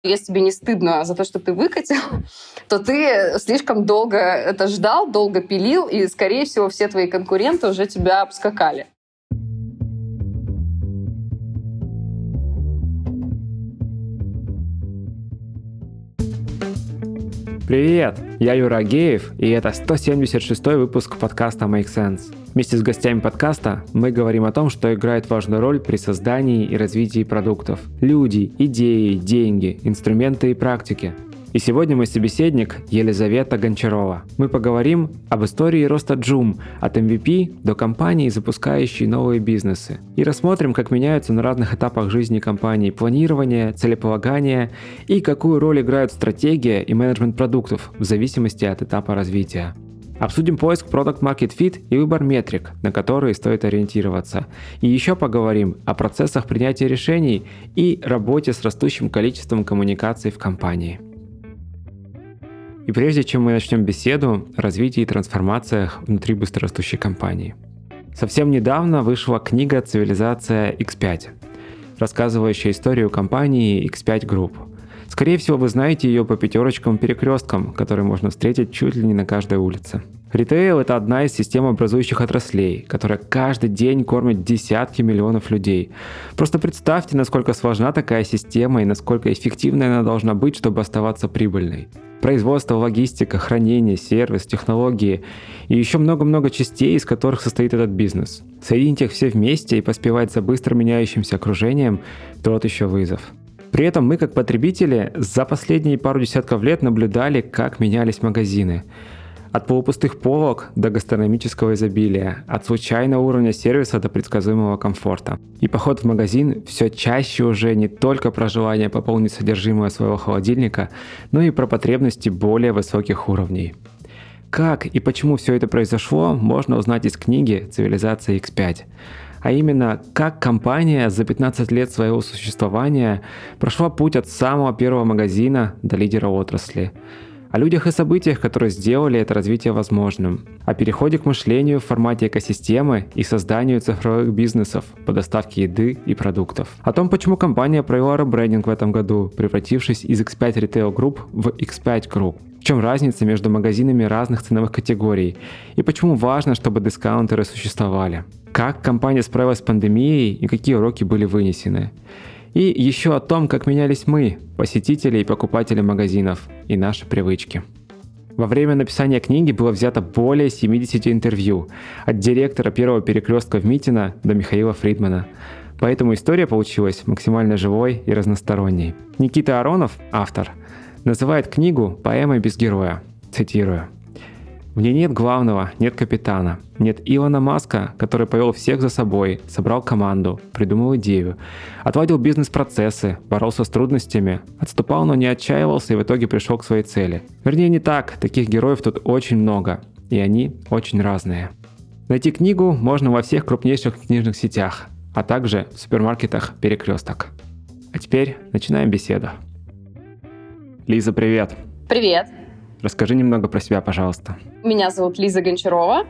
Если тебе не стыдно за то, что ты выкатил, то ты слишком долго это ждал, долго пилил, и, скорее всего, все твои конкуренты уже тебя обскакали. Привет! Я Юра Агеев, и это 176-й выпуск подкаста Make Sense. Вместе с гостями подкаста мы говорим о том, что играет важную роль при создании и развитии продуктов. Люди, идеи, деньги, инструменты и практики. И сегодня мой собеседник Елизавета Гончарова. Мы поговорим об истории роста Joom от MVP до компании, запускающей новые бизнесы. И рассмотрим, как меняются на разных этапах жизни компании планирование, целеполагание и какую роль играют стратегия и менеджмент продуктов в зависимости от этапа развития. Обсудим поиск Product Market Fit и выбор метрик, на которые стоит ориентироваться. И еще поговорим о процессах принятия решений и работе с растущим количеством коммуникаций в компании. И прежде чем мы начнем беседу о развитии и трансформациях внутри быстрорастущей компании. Совсем недавно вышла книга «Цивилизация X5», рассказывающая историю компании X5 Group. Скорее всего, вы знаете ее по пятерочкам-перекресткам, которые можно встретить чуть ли не на каждой улице. Ритейл — это одна из системообразующих отраслей, которая каждый день кормит десятки миллионов людей. Просто представьте, насколько сложна такая система и насколько эффективной она должна быть, чтобы оставаться прибыльной. Производство, логистика, хранение, сервис, технологии и еще много-много частей, из которых состоит этот бизнес. Соединить их все вместе и поспевать за быстро меняющимся окружением – тот еще вызов. При этом мы, как потребители, за последние пару десятков лет наблюдали, как менялись магазины. От полупустых полок до гастрономического изобилия, от случайного уровня сервиса до предсказуемого комфорта. И поход в магазин все чаще уже не только про желание пополнить содержимое своего холодильника, но и про потребности более высоких уровней. Как и почему все это произошло, можно узнать из книги «Цивилизация X5». А именно, как компания за 15 лет своего существования прошла путь от самого первого магазина до лидера отрасли. О людях и событиях, которые сделали это развитие возможным. О переходе к мышлению в формате экосистемы и созданию цифровых бизнесов по доставке еды и продуктов. О том, почему компания провела ребрендинг в этом году, превратившись из X5 Retail Group в X5 Group. В чем разница между магазинами разных ценовых категорий и почему важно, чтобы дискаунтеры существовали. Как компания справилась с пандемией и какие уроки были вынесены. И еще о том, как менялись мы, посетители и покупатели магазинов, и наши привычки. Во время написания книги было взято более 70 интервью, от директора первого перекрестка в Митино до Михаила Фридмана. Поэтому история получилась максимально живой и разносторонней. Никита Аронов, автор, называет книгу «Поэмой без героя». Цитирую. «В ней нет главного, нет капитана, нет Илона Маска, который повел всех за собой, собрал команду, придумал идею, отладил бизнес-процессы, боролся с трудностями, отступал, но не отчаивался и в итоге пришел к своей цели. Вернее, не так, таких героев тут очень много, и они очень разные». Найти книгу можно во всех крупнейших книжных сетях, а также в супермаркетах «Перекресток». А теперь начинаем беседу. Лиза, привет! Привет! Расскажи немного про себя, пожалуйста. Меня зовут Лиза Гончарова.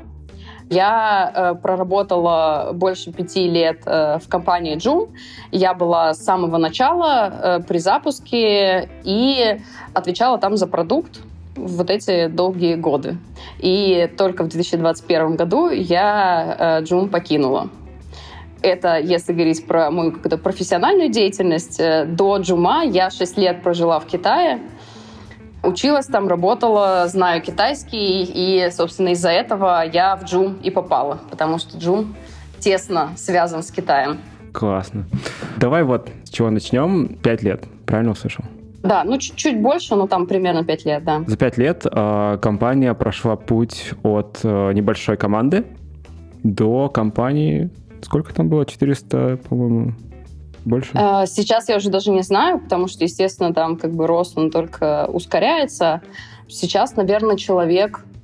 Я проработала больше 5 лет в компании Joom. Я была с самого начала при запуске и отвечала там за продукт вот эти долгие годы. И только в 2021 году я Joom покинула. Это если говорить про мою какую-то профессиональную деятельность. До Joom я 6 лет прожила в Китае. Училась там, работала, знаю китайский, и, собственно, из-за этого я в Joom и попала, потому что Joom тесно связан с Китаем. Классно. Давай вот с чего начнем. 5 лет, правильно услышал? Да, чуть-чуть больше, но там примерно 5 лет, да. За 5 лет компания прошла путь от небольшой команды до компании... Сколько там было? 400, по-моему... Больше? Сейчас я уже даже не знаю, потому что, естественно, там как бы рост, он только ускоряется. Сейчас, наверное, человек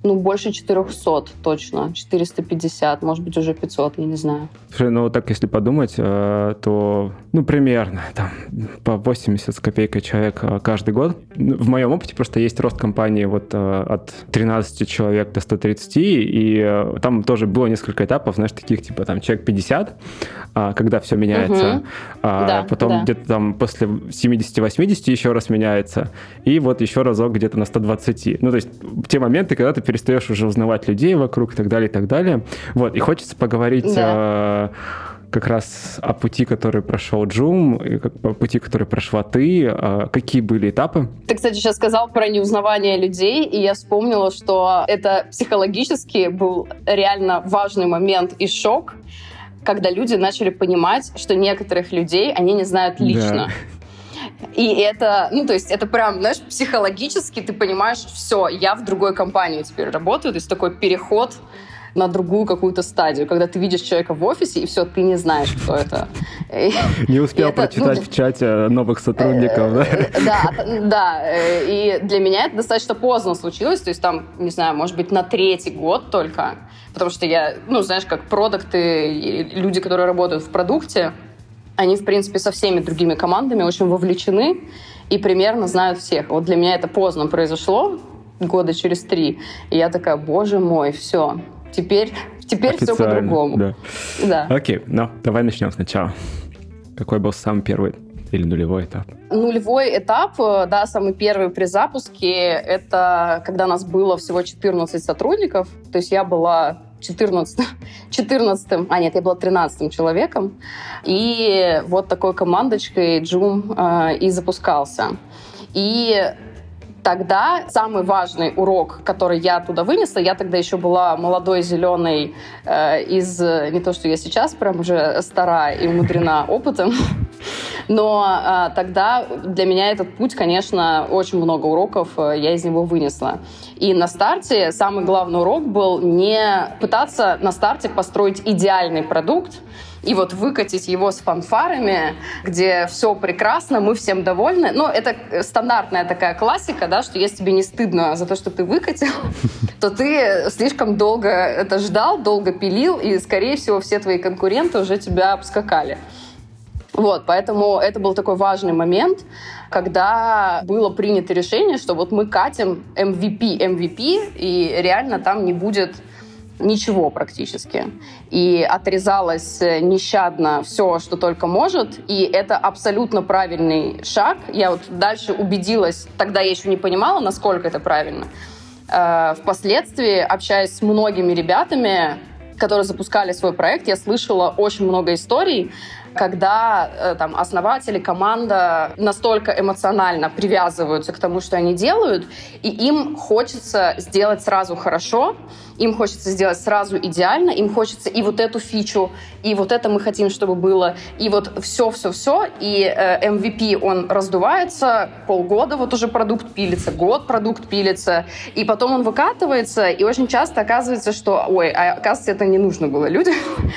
больше 400 точно. 450, может быть, уже 500, я не знаю. Слушай, ну так если подумать, то, примерно, там, по 80 с копейкой человек каждый год. В моем опыте просто есть рост компании вот от 13 человек до 130, и там тоже было несколько этапов, знаешь, таких, типа, там, человек 50, когда все меняется, потом где-то там после 70-80 еще раз меняется, и вот еще разок где-то на 120. Ну, то есть те моменты, когда ты перестаешь уже узнавать людей вокруг и так далее, и так далее. Вот, и хочется поговорить как раз о пути, который прошел Joom, и о пути, который прошла ты. Какие были этапы? Ты, кстати, сейчас сказал про неузнавание людей, и я вспомнила, что это психологически был реально важный момент и шок, когда люди начали понимать, что некоторых людей они не знают лично. Да. И это, то есть это прям, знаешь, психологически ты понимаешь, все, я в другой компании теперь работаю, то есть такой переход на другую какую-то стадию, когда ты видишь человека в офисе, и все, ты не знаешь, кто это. Не успел прочитать в чате новых сотрудников, да? Да, и для меня это достаточно поздно случилось, то есть там, не знаю, может быть, на 3-й год только, потому что я, знаешь, как продукты, люди, которые работают в продукте, они, в принципе, со всеми другими командами очень вовлечены и примерно знают всех. Вот для меня это поздно произошло, года через 3, и я такая, боже мой, все, теперь все по-другому. Да. Окей, давай начнем сначала. Какой был самый первый или нулевой этап? Нулевой этап, да, самый первый при запуске, это когда нас было всего 14 сотрудников, то есть я была 14-м, я была 13-м человеком, и вот такой командочкой Joom и запускался. И тогда самый важный урок, который я оттуда вынесла, я тогда еще была молодой, зеленой, не то, что я сейчас, прям уже стара и умудрена опытом, но тогда для меня этот путь, конечно, очень много уроков я из него вынесла. И на старте самый главный урок был не пытаться на старте построить идеальный продукт, и вот выкатить его с фанфарами, где все прекрасно, мы всем довольны. Это стандартная такая классика, да, что если тебе не стыдно за то, что ты выкатил, то ты слишком долго это ждал, долго пилил, и, скорее всего, все твои конкуренты уже тебя обскакали. Вот, поэтому это был такой важный момент, когда было принято решение, что вот мы катим MVP, и реально там не будет ничего практически. И отрезалось нещадно все, что только может. И это абсолютно правильный шаг. Я вот дальше убедилась, тогда я еще не понимала, насколько это правильно. Впоследствии, общаясь с многими ребятами, которые запускали свой проект, я слышала очень много историй, когда там основатели, команда настолько эмоционально привязываются к тому, что они делают, и им хочется сделать сразу хорошо, им хочется сделать сразу идеально, им хочется и вот эту фичу, и вот это мы хотим, чтобы было, и вот все-все-все, и MVP, он раздувается, полгода вот уже продукт пилится, год продукт пилится, и потом он выкатывается, и очень часто оказывается, что, оказывается, это не нужно было людям,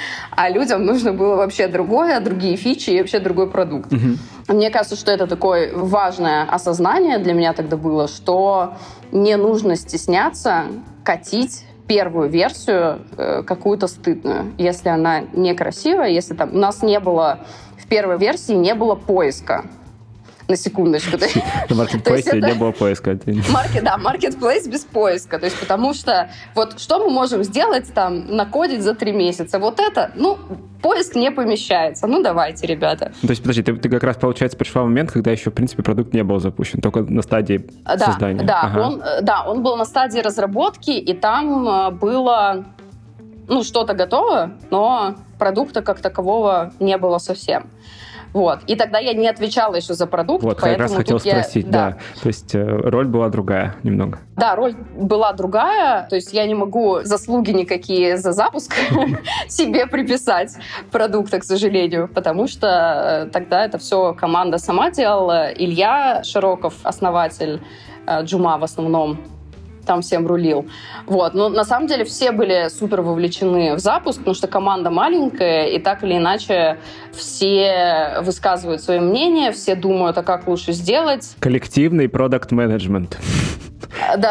а людям нужно было вообще другое, другие фичи и вообще другой продукт. Мне кажется, что это такое важное осознание для меня тогда было, что не нужно стесняться катить первую версию какую-то стыдную, если она некрасивая, если там у нас не было в первой версии не было поиска. На секундочку. На маркетплейсе не было поиска. Маркетплейс без поиска. То есть потому что вот что мы можем сделать там, накодить за 3 месяца? Вот это, поиск не помещается. Давайте, ребята. То есть, подожди, ты как раз, получается, пришла в момент, когда еще, в принципе, продукт не был запущен, только на стадии создания. Да, он был на стадии разработки, и там было что-то готово, но продукта как такового не было совсем. Вот. И тогда я не отвечала еще за продукт. Вот, как раз хотел спросить, да. То есть роль была другая немного. Да, роль была другая. То есть я не могу заслуги никакие за запуск себе приписать продукта, к сожалению, потому что тогда это все команда сама делала. Илья Широков, основатель Joom в основном, там всем рулил. Вот. Но на самом деле все были супер вовлечены в запуск, потому что команда маленькая, и так или иначе все высказывают свое мнение, все думают, а как лучше сделать. Коллективный продакт-менеджмент. Да,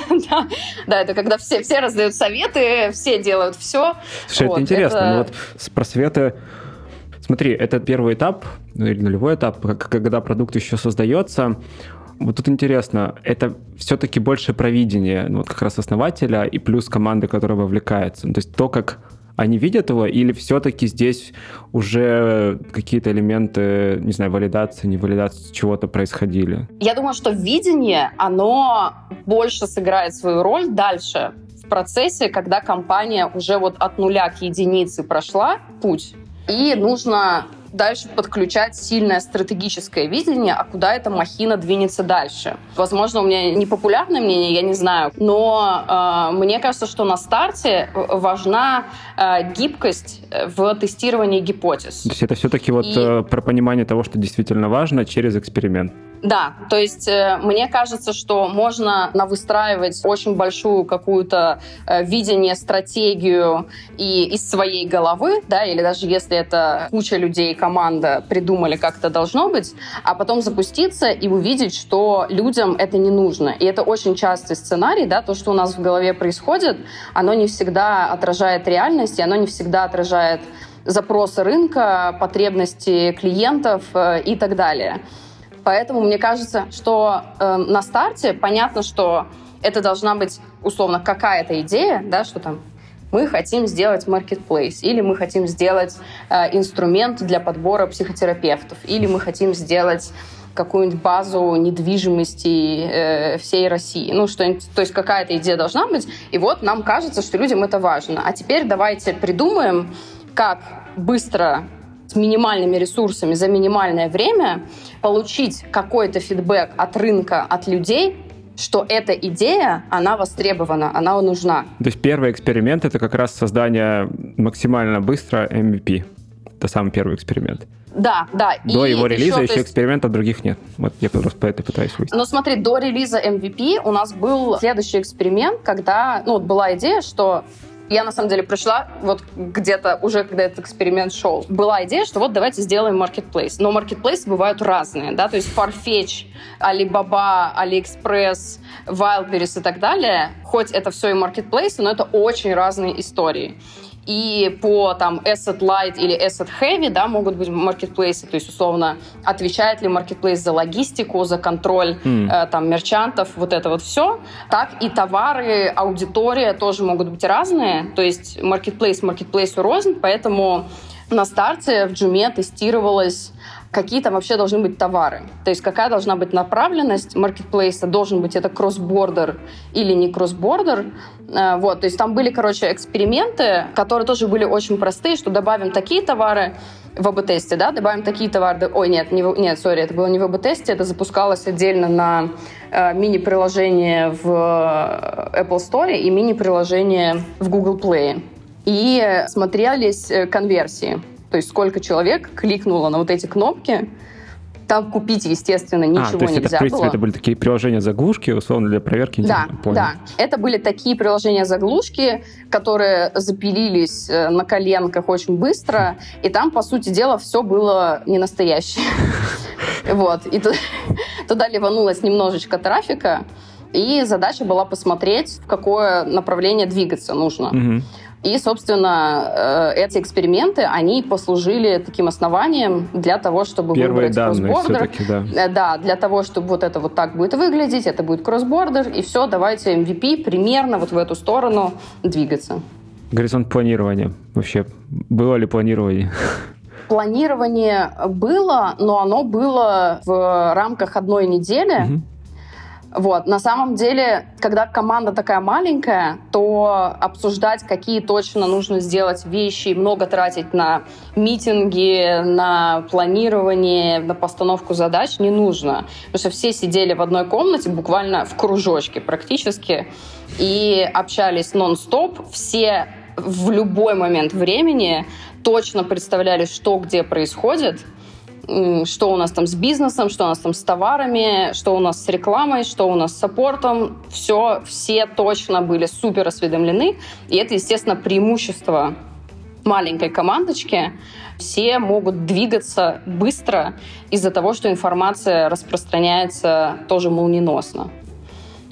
это когда все раздают советы, все делают все. Слушай, это интересно. Вот про советы... Смотри, это первый этап, или нулевой этап, когда продукт еще создается. Вот тут интересно, это все-таки больше про видение, вот как раз основателя и плюс команды, которая вовлекается. То есть то, как они видят его, или все-таки здесь уже какие-то элементы, не знаю, валидации, не валидации, чего-то происходили? Я думаю, что видение, оно больше сыграет свою роль дальше в процессе, когда компания уже вот от нуля к единице прошла путь, и нужно дальше подключать сильное стратегическое видение, а куда эта махина двинется дальше. Возможно, у меня непопулярное мнение, я не знаю, но мне кажется, что на старте важна гибкость в тестировании гипотез. То есть это все-таки про понимание того, что действительно важно через эксперимент. Да, то есть мне кажется, что можно навыстраивать очень большую какую-то видение, стратегию и из своей головы, да, или даже если это куча людей, команда придумали, как это должно быть, а потом запуститься и увидеть, что людям это не нужно. И это очень частый сценарий, да, то, что у нас в голове происходит, оно не всегда отражает реальность, и оно не всегда отражает запросы рынка, потребности клиентов и так далее. Поэтому мне кажется, что на старте понятно, что это должна быть условно какая-то идея, да, что там мы хотим сделать marketplace, или мы хотим сделать инструмент для подбора психотерапевтов, или мы хотим сделать какую-нибудь базу недвижимости всей России. Ну, что-нибудь, то есть какая-то идея должна быть, и вот нам кажется, что людям это важно. А теперь давайте придумаем, как быстро с минимальными ресурсами за минимальное время получить какой-то фидбэк от рынка, от людей, что эта идея, она востребована, она нужна. То есть первый эксперимент — это как раз создание максимально быстро MVP. Это самый первый эксперимент. Да. До его релиза еще экспериментов других нет. Вот я просто по это пытаюсь выяснить. Но смотри, до релиза MVP у нас был следующий эксперимент, когда была идея, что я, на самом деле, пришла вот где-то уже, когда этот эксперимент шел. Была идея, что вот давайте сделаем marketplace. Но маркетплейсы бывают разные, да, то есть Farfetch, Alibaba, AliExpress, Wildberries и так далее. Хоть это все и маркетплейсы, но это очень разные истории. И по там asset light или asset heavy, да, могут быть маркетплейсы, то есть условно отвечает ли маркетплейс за логистику, за контроль там мерчантов, вот это вот все. Так и товары, аудитория тоже могут быть разные, то есть маркетплейсу рознь, поэтому на старте в Joom тестировалось, какие там вообще должны быть товары. То есть какая должна быть направленность маркетплейса, должен быть это кросс-бордер или не кросс-бордер. Вот, то есть там были, эксперименты, которые тоже были очень простые, что добавим такие товары в АБ-тесте, да, добавим такие товары. Ой, это было не в АБ-тесте, это запускалось отдельно на мини-приложение в Apple Store и мини-приложение в Google Play. И смотрелись конверсии. То есть сколько человек кликнуло на вот эти кнопки. Там купить, естественно, ничего нельзя было. То есть это, в принципе, это были такие приложения-заглушки, условно, для проверки? Да. Это были такие приложения-заглушки, которые запилились на коленках очень быстро, и там, по сути дела, все было не настоящее. Вот. И туда ливанулось немножечко трафика, и задача была посмотреть, в какое направление двигаться нужно. И, собственно, эти эксперименты, они послужили таким основанием для того, чтобы выбрать кросс-бордер. Да, для того, чтобы вот это вот так будет выглядеть, это будет кросс-бордер, и все, давайте MVP примерно вот в эту сторону двигаться. Горизонт планирования. Вообще, было ли планирование? Планирование было, но оно было в рамках одной недели. Вот. На самом деле, когда команда такая маленькая, то обсуждать, какие точно нужно сделать вещи, много тратить на митинги, на планирование, на постановку задач не нужно. Потому что все сидели в одной комнате, буквально в кружочке практически, и общались нон-стоп. Все в любой момент времени точно представляли, что где происходит, что у нас там с бизнесом, что у нас там с товарами, что у нас с рекламой, что у нас с саппортом. Все точно были супер осведомлены. И это, естественно, преимущество маленькой командочки. Все могут двигаться быстро из-за того, что информация распространяется тоже молниеносно.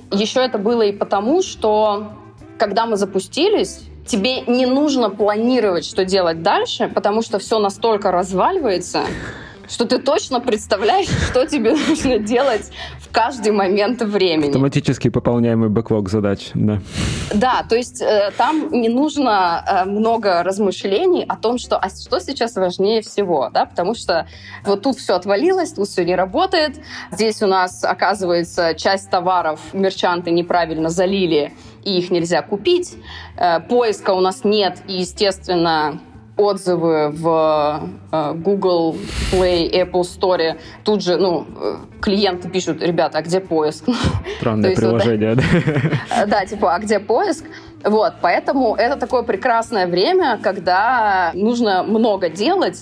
Еще это было и потому, что когда мы запустились, тебе не нужно планировать, что делать дальше, потому что все настолько разваливается, что ты точно представляешь, что тебе нужно делать в каждый момент времени. Автоматически пополняемый бэклог задач, да. Да, то есть там не нужно много размышлений о том, что сейчас важнее всего, да, потому что вот тут все отвалилось, тут все не работает, здесь у нас, оказывается, часть товаров мерчанты неправильно залили, и их нельзя купить, поиска у нас нет, и, естественно, отзывы в Google Play, Apple Store, тут же, клиенты пишут: ребята, а где поиск? Странное приложение, да? Да, типа, а где поиск? Вот, поэтому это такое прекрасное время, когда нужно много делать,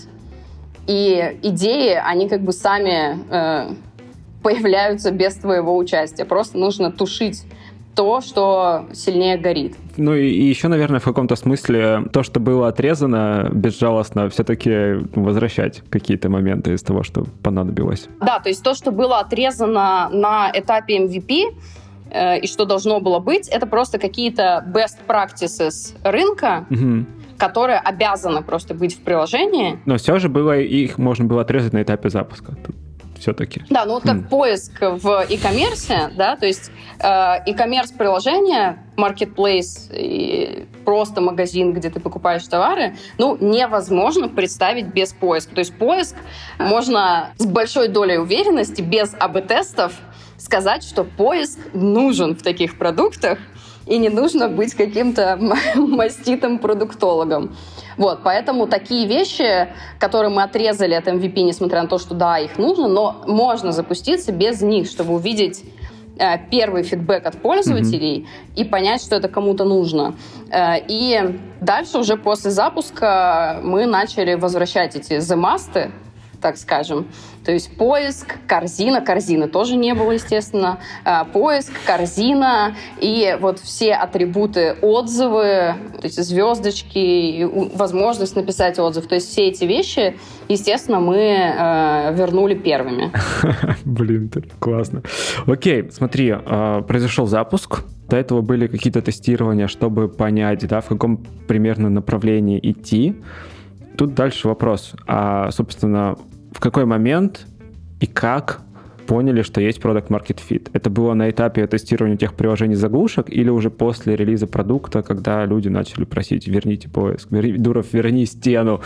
и идеи, они как бы сами появляются без твоего участия. Просто нужно тушить то, что сильнее горит. Ну и еще, наверное, в каком-то смысле то, что было отрезано безжалостно, все-таки возвращать какие-то моменты из того, что понадобилось. Да, то есть то, что было отрезано на этапе MVP и что должно было быть, это просто какие-то best practices рынка, которые обязаны просто быть в приложении. Но все же их можно было отрезать на этапе запуска. Все-таки. Да, вот как поиск в e-commerce, да, то есть e-commerce приложение, marketplace и просто магазин, где ты покупаешь товары, невозможно представить без поиска. То есть поиск можно с большой долей уверенности, без АБ-тестов сказать, что поиск нужен в таких продуктах, и не нужно быть каким-то маститым продуктологом. Вот, поэтому такие вещи, которые мы отрезали от MVP, несмотря на то, что да, их нужно, но можно запуститься без них, чтобы увидеть первый фидбэк от пользователей и понять, что это кому-то нужно. И дальше уже после запуска мы начали возвращать эти the-must, так скажем. То есть поиск, корзины тоже не было, естественно. Поиск, корзина и вот все атрибуты, отзывы, то есть звездочки, возможность написать отзыв. То есть все эти вещи, естественно, мы вернули первыми. Блин, классно. Окей, смотри, произошел запуск. До этого были какие-то тестирования, чтобы понять, да, в каком примерно направлении идти. Тут дальше вопрос, собственно, в какой момент и как поняли, что есть Product Market Fit? Это было на этапе тестирования тех приложений заглушек или уже после релиза продукта, когда люди начали просить: верните поиск, Дуров, верни стену?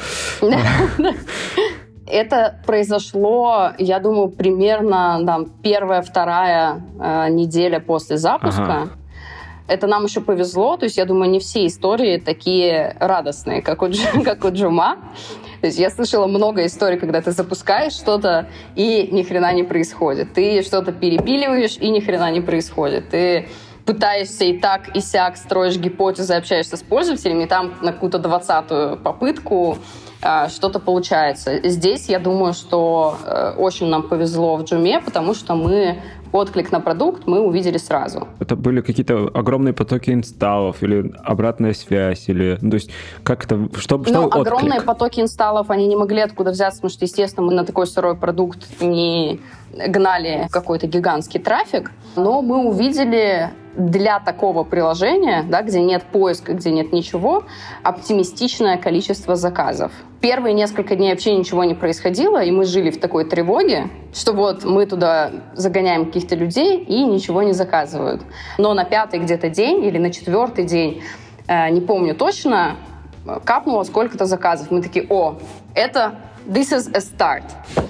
Это произошло, я думаю, примерно первая-вторая неделя после запуска. Это нам еще повезло, то есть я думаю, не все истории такие радостные, как у Джума. То есть я слышала много историй, когда ты запускаешь что-то, и ни хрена не происходит. Ты что-то перепиливаешь, и ни хрена не происходит. Ты пытаешься и так, и сяк, строишь гипотезы, общаешься с пользователями, и там на какую-то 20-ю попытку что-то получается. Здесь я думаю, что очень нам повезло в Джуме, потому что отклик на продукт мы увидели сразу. Это были какие-то огромные потоки инсталлов или обратная связь, или... То есть как это... Что огромные потоки инсталлов, они не могли откуда взяться, потому что, естественно, мы на такой сырой продукт не гнали какой-то гигантский трафик, но мы увидели для такого приложения, да, где нет поиска, где нет ничего, оптимистичное количество заказов. Первые несколько дней вообще ничего не происходило, и мы жили в такой тревоге, что вот мы туда загоняем каких-то людей и ничего не заказывают. Но на 5-й где-то день или на 4-й день, не помню точно, капнуло сколько-то заказов. Мы такие: this is a start.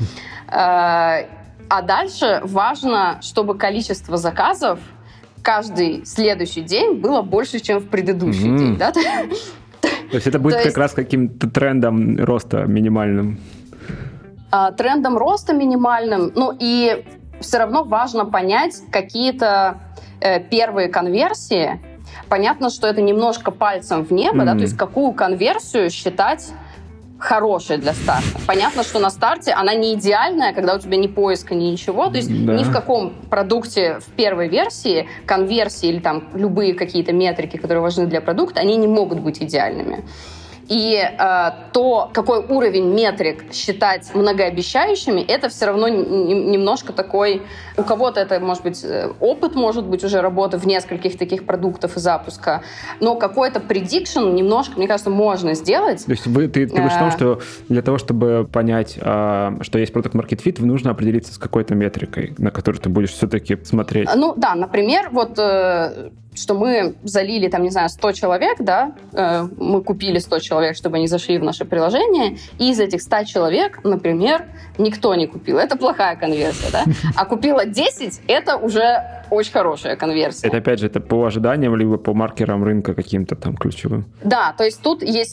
А дальше важно, чтобы количество заказов каждый следующий день было больше, чем в предыдущий день. Да? То есть это будет как раз каким-то трендом роста минимальным? Трендом роста минимальным. И все равно важно понять какие-то первые конверсии. Понятно, что это немножко пальцем в небо, да? То есть какую конверсию считать хорошая для старта. Понятно, что на старте она не идеальная, когда у тебя ни поиска, ни ничего. То есть ни в каком продукте в первой версии конверсии или там любые какие-то метрики, которые важны для продукта, они не могут быть идеальными. И то, какой уровень метрик считать многообещающими, это все равно немножко такой... У кого-то это, может быть, опыт, может быть, уже работы в нескольких таких продуктов и запуска, но какой-то prediction немножко, мне кажется, можно сделать. То есть ты говоришь о том, что для того, чтобы понять, что есть product market fit, нужно определиться с какой-то метрикой, на которую ты будешь все-таки смотреть. Ну да, например, вот... что мы залили, там, не знаю, 100 человек, да, мы купили 100 человек, чтобы они зашли в наше приложение, и из этих 100 человек, например, никто не купил. Это плохая конверсия, да? А купила 10, это уже очень хорошая конверсия. Это, опять же, это по ожиданиям, либо по маркерам рынка каким-то там ключевым? Да, то есть тут есть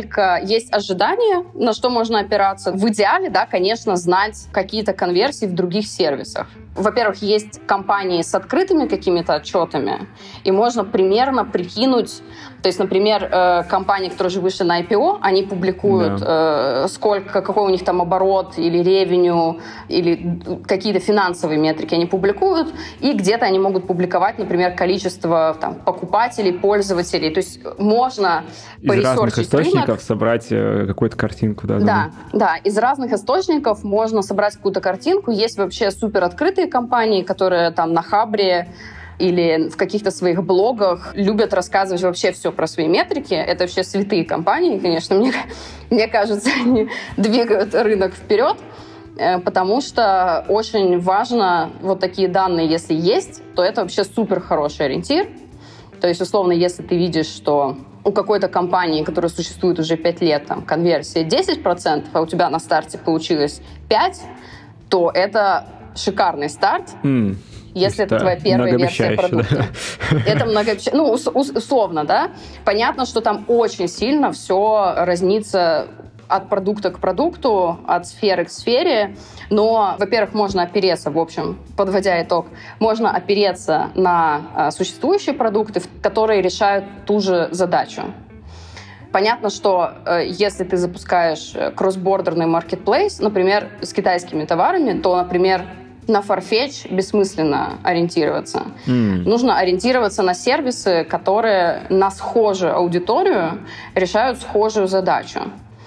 есть ожидания, на что можно опираться. В идеале, да, конечно, знать какие-то конверсии в других сервисах. Во-первых, есть компании с открытыми какими-то отчетами, и можно примерно прикинуть, то есть, например, компании, которые уже вышли на IPO, они публикуют, какой у них там оборот или ревеню, или какие-то финансовые метрики они публикуют, и где-то они могут публиковать, например, количество там, покупателей, пользователей. То есть можно из разных источников собрать какую-то картинку. Да, из разных источников можно собрать какую-то картинку. Есть вообще супер открытые компании, которые там на Хабре или в каких-то своих блогах любят рассказывать вообще все про свои метрики. Это вообще святые компании, конечно, мне кажется, они двигают рынок вперед, потому что очень важно вот такие данные, если есть, то это вообще супер хороший ориентир. То есть, условно, если ты видишь, что у какой-то компании, которая существует уже 5 лет, там, конверсия 10%, а у тебя на старте получилось 5%, то это шикарный старт. Если это твоя первая версия продукта. Да. Это многообещающе. Ну, условно, да. Понятно, что там очень сильно все разнится от продукта к продукту, от сферы к сфере. Но, во-первых, можно опереться, в общем, подводя итог, можно опереться на существующие продукты, которые решают ту же задачу. Понятно, что если ты запускаешь кросс-бордерный маркетплейс, например, с китайскими товарами, то, например, на Farfetch бессмысленно ориентироваться. Нужно ориентироваться на сервисы, которые на схожую аудиторию решают схожую задачу.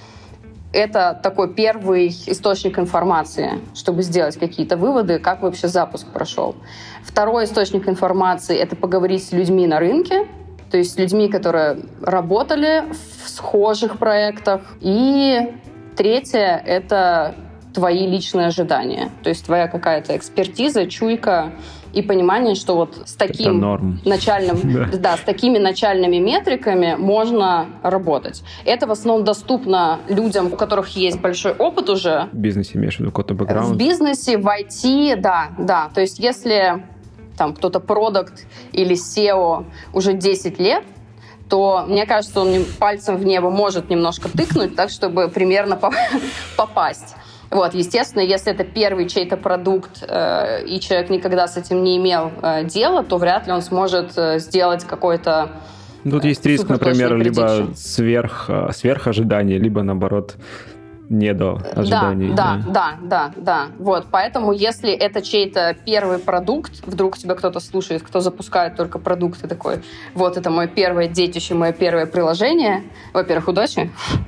Это такой первый источник информации, чтобы сделать какие-то выводы, как вообще запуск прошел. Второй источник информации — это поговорить с людьми на рынке, то есть с людьми, которые работали в схожих проектах. И третье — это твои личные ожидания. То есть твоя какая-то экспертиза, чуйка и понимание, что вот с таким начальным, с такими начальными метриками можно работать. Это в основном доступно людям, у которых есть большой опыт уже. В бизнесе, имеешь в виду, какой-то бэкграунд? В бизнесе, в IT, да. То есть если там кто-то продакт или SEO уже 10 лет, то, мне кажется, он пальцем в небо может немножко тыкнуть, так, чтобы примерно попасть. Вот, естественно, если это первый чей-то продукт, и человек никогда с этим не имел дела, то вряд ли он сможет сделать какой-то тут есть риск, например, либо сверх ожиданий, либо, наоборот, не до ожиданий. Да. Вот, поэтому если это чей-то первый продукт, вдруг тебя кто-то слушает, кто запускает только продукты, такой, вот это мое первое детище, мое первое приложение. Во-первых, удачи.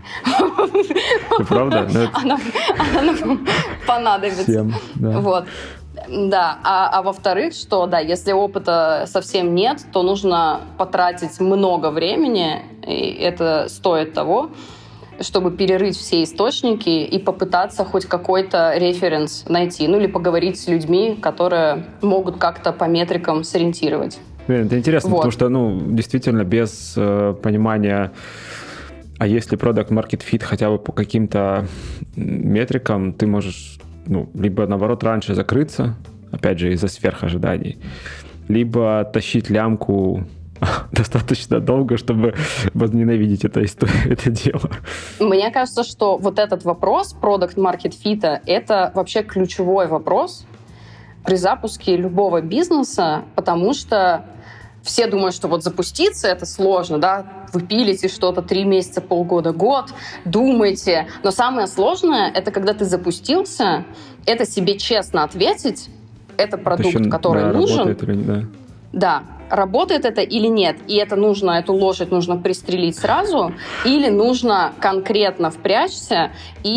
Правда? Она понадобится. Всем, да. Вот. Да, а во-вторых, что, да, если опыта совсем нет, то нужно потратить много времени, и это стоит того, чтобы перерыть все источники и попытаться хоть какой-то референс найти, ну или поговорить с людьми, которые могут как-то по метрикам сориентировать. Блин, это интересно, потому что, действительно, без понимания, а если product market fit хотя бы по каким-то метрикам, ты можешь, либо, наоборот, раньше закрыться, опять же, из-за сверхожиданий, либо тащить лямку достаточно долго, чтобы возненавидеть это дело. Мне кажется, что вот этот вопрос product market fit — это вообще ключевой вопрос при запуске любого бизнеса, потому что все думают, что вот запуститься — это сложно, да, вы пилите что-то 3 месяца, полгода, год, думаете. Но самое сложное — это когда ты запустился, это себе честно ответить, это продукт, который нужен. Работает или не, да. Да, работает это или нет. И эту лошадь нужно пристрелить сразу, или нужно конкретно впрячься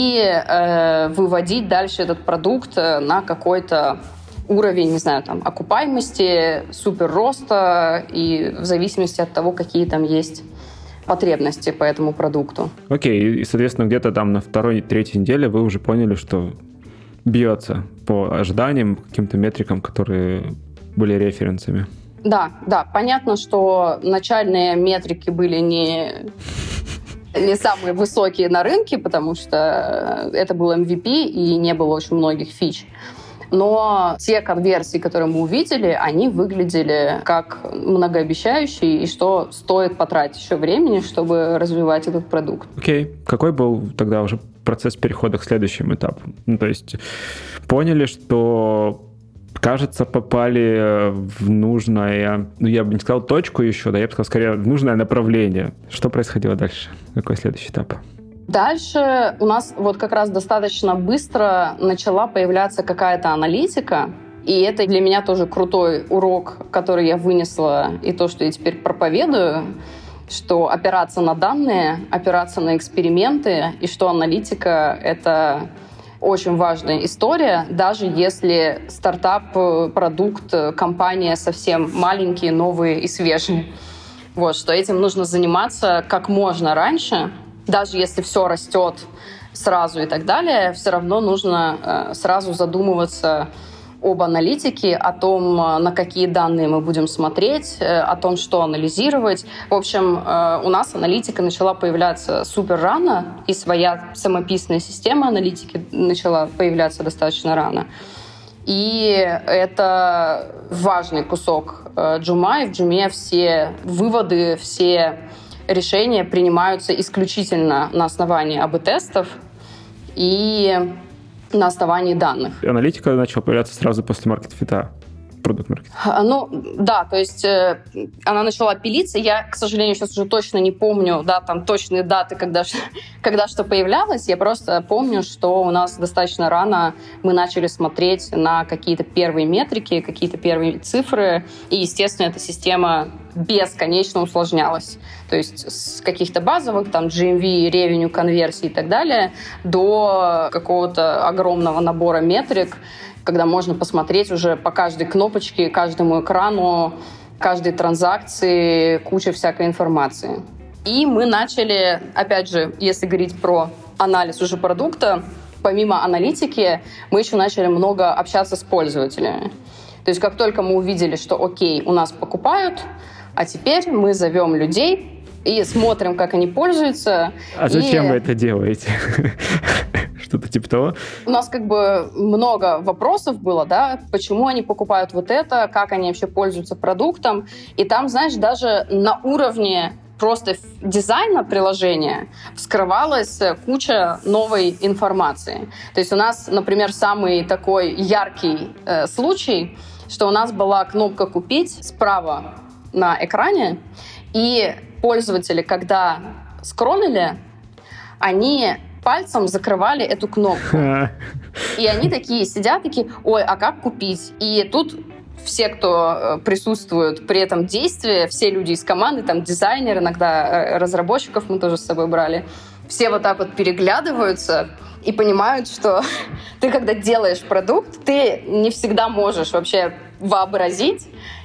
и выводить дальше этот продукт на какой-то уровень, не знаю, там, окупаемости, суперроста, и в зависимости от того, какие там есть потребности по этому продукту. Окей, и, соответственно, где-то там на 2-3 неделе вы уже поняли, что бьется по ожиданиям, каким-то метрикам, которые были референсами. Да, понятно, что начальные метрики были не самые высокие на рынке, потому что это был MVP и не было очень многих фич. Но те конверсии, которые мы увидели, они выглядели как многообещающие, и что стоит потратить еще времени, чтобы развивать этот продукт. Окей. Какой был тогда уже процесс перехода к следующему этапу? То есть поняли, что, кажется, попали в нужное, я бы не сказал точку еще, я бы сказал, скорее, в нужное направление. Что происходило дальше? Какой следующий этап? Дальше у нас как раз достаточно быстро начала появляться какая-то аналитика, и это для меня тоже крутой урок, который я вынесла, и то, что я теперь проповедую, что опираться на данные, опираться на эксперименты, и что аналитика — это очень важная история, даже если стартап, продукт, компания совсем маленькие, новые и свежие. Что этим нужно заниматься как можно раньше. Даже если все растет сразу и так далее, все равно нужно сразу задумываться об аналитике, о том, на какие данные мы будем смотреть, о том, что анализировать. В общем, у нас аналитика начала появляться супер рано, и своя самописная система аналитики начала появляться достаточно рано. И это важный кусок Joomla, и в Joomla все выводы, все решения принимаются исключительно на основании АБ-тестов и на основании данных. Аналитика начала появляться сразу после маркет-фита, продукт-маркет. То есть она начала пилиться. Я, к сожалению, сейчас уже точно не помню, там точные даты, когда что появлялось. Я просто помню, что у нас достаточно рано мы начали смотреть на какие-то первые метрики, какие-то первые цифры, и, естественно, эта система бесконечно усложнялась. То есть с каких-то базовых, GMV, ревеню, конверсии и так далее, до какого-то огромного набора метрик, когда можно посмотреть уже по каждой кнопочке, каждому экрану, каждой транзакции, куча всякой информации. И мы начали, опять же, если говорить про анализ уже продукта, помимо аналитики, мы еще начали много общаться с пользователями. То есть как только мы увидели, что окей, у нас покупают, а теперь мы зовем людей и смотрим, как они пользуются. А зачем вы это делаете? Что-то типа того? У нас много вопросов было, почему они покупают это, как они вообще пользуются продуктом. И там, даже на уровне просто дизайна приложения вскрывалась куча новой информации. То есть у нас, например, самый такой яркий случай, что у нас была кнопка «Купить» справа на экране, и пользователи, когда скроллили, они пальцем закрывали эту кнопку. И они сидят, ой, а как купить? И тут все, кто присутствует при этом действии, все люди из команды, дизайнеры, иногда разработчиков мы тоже с собой брали, все переглядываются и понимают, что ты, когда делаешь продукт, ты не всегда можешь вообще вообразить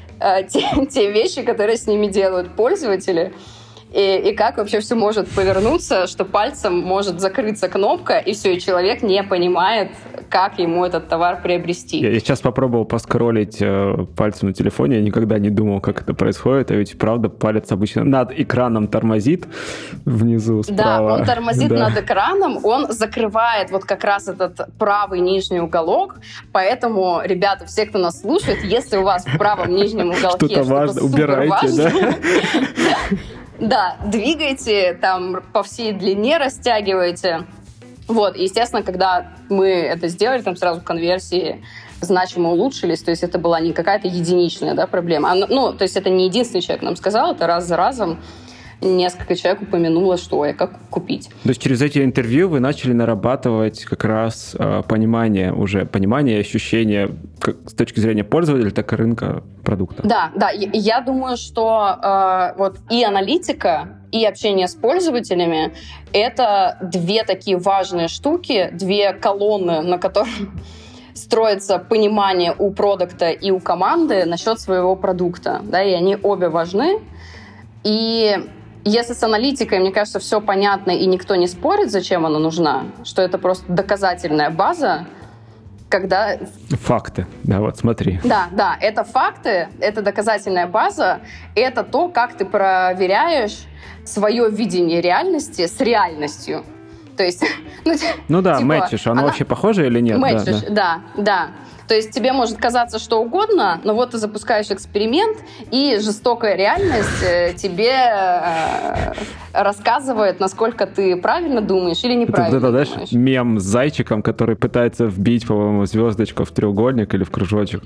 те вещи, которые с ними делают пользователи, и как вообще все может повернуться, что пальцем может закрыться кнопка, и все, и человек не понимает, как ему этот товар приобрести. Я сейчас попробовал поскроллить пальцем на телефоне, я никогда не думал, как это происходит, а ведь, правда, палец обычно над экраном тормозит внизу справа. Да, он тормозит над экраном, он закрывает как раз этот правый нижний уголок, поэтому, ребята, все, кто нас слушает, если у вас в правом нижнем уголке что-то важно, убирайте, да? Да, двигайте, по всей длине растягивайте. Естественно, когда мы это сделали, сразу конверсии значимо улучшились, то есть это была не какая-то единичная проблема. То есть это не единственный человек нам сказал, это раз за разом. несколько человек упомянуло, что ой, как купить. То есть через эти интервью вы начали нарабатывать как раз понимание и ощущение как с точки зрения пользователя, так и рынка продукта. Да. Я думаю, что вот и аналитика, и общение с пользователями — это две такие важные штуки, две колонны, на которых строится понимание у продукта и у команды насчет своего продукта. Да, и они обе важны. И если с аналитикой, мне кажется, все понятно, и никто не спорит, зачем она нужна, что это просто доказательная база, когда... Факты, да, вот смотри. Да, это факты, это доказательная база, это то, как ты проверяешь свое видение реальности с реальностью. То есть... мэтчишь, оно вообще похоже или нет? Мэтчишь, да. То есть тебе может казаться что угодно, но вот ты запускаешь эксперимент, и жестокая реальность тебе рассказывает, насколько ты правильно думаешь или неправильно думаешь. Знаешь, мем с зайчиком, который пытается вбить, по-моему, звездочку в треугольник или в кружочек.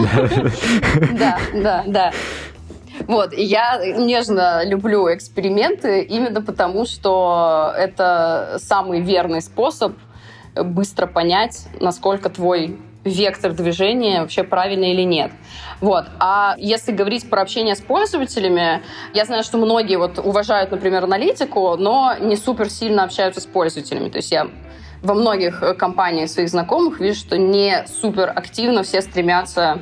Да. Вот, и я нежно люблю эксперименты именно потому, что это самый верный способ быстро понять, насколько твой вектор движения вообще правильный или нет. Вот. А если говорить про общение с пользователями, я знаю, что многие вот уважают, например, аналитику, но не супер сильно общаются с пользователями. То есть я во многих компаниях своих знакомых вижу, что не супер активно все стремятся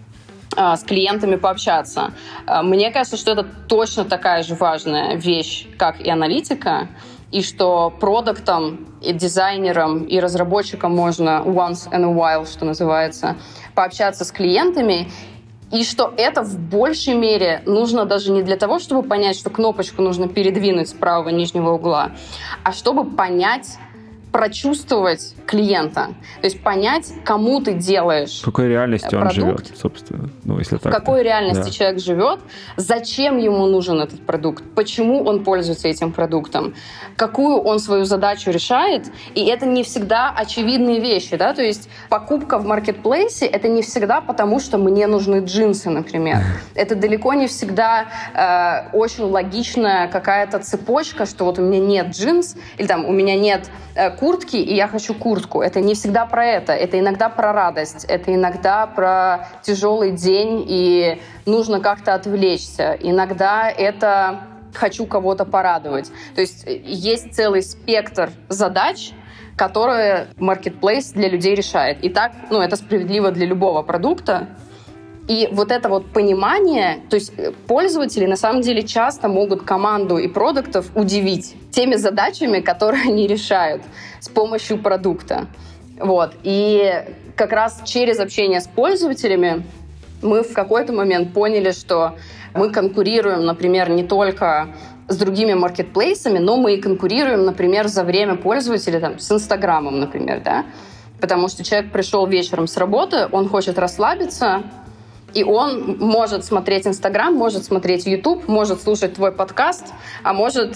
с клиентами пообщаться. Мне кажется, что это точно такая же важная вещь, как и аналитика, и что продуктам, и дизайнерам, и разработчикам можно once in a while, что называется, пообщаться с клиентами, и что это в большей мере нужно даже не для того, чтобы понять, что кнопочку нужно передвинуть с правого нижнего угла, а чтобы понять, прочувствовать клиента. То есть понять, кому ты делаешь в какой реальности продукт, он живет, собственно. Если в какой реальности да. человек живет, зачем ему нужен этот продукт, почему он пользуется этим продуктом, какую он свою задачу решает. И это не всегда очевидные вещи. Да? То есть покупка в маркетплейсе — это не всегда потому, что мне нужны джинсы, например. Это далеко не всегда очень логичная какая-то цепочка, что вот у меня нет джинс, или там у меня нет куртки, и я хочу куртку. Это не всегда про это. Это иногда про радость. Это иногда про тяжелый день, и нужно как-то отвлечься. Иногда это хочу кого-то порадовать. То есть есть целый спектр задач, которые Marketplace для людей решает. И так, это справедливо для любого продукта. И вот это вот понимание, то есть пользователи на самом деле часто могут команду и продуктов удивить теми задачами, которые они решают с помощью продукта. Вот. И как раз через общение с пользователями мы в какой-то момент поняли, что мы конкурируем, например, не только с другими маркетплейсами, но мы и конкурируем, например, за время пользователя с Инстаграмом, например, да? Потому что человек пришел вечером с работы, он хочет расслабиться, и он может смотреть Инстаграм, может смотреть Ютуб, может слушать твой подкаст, а может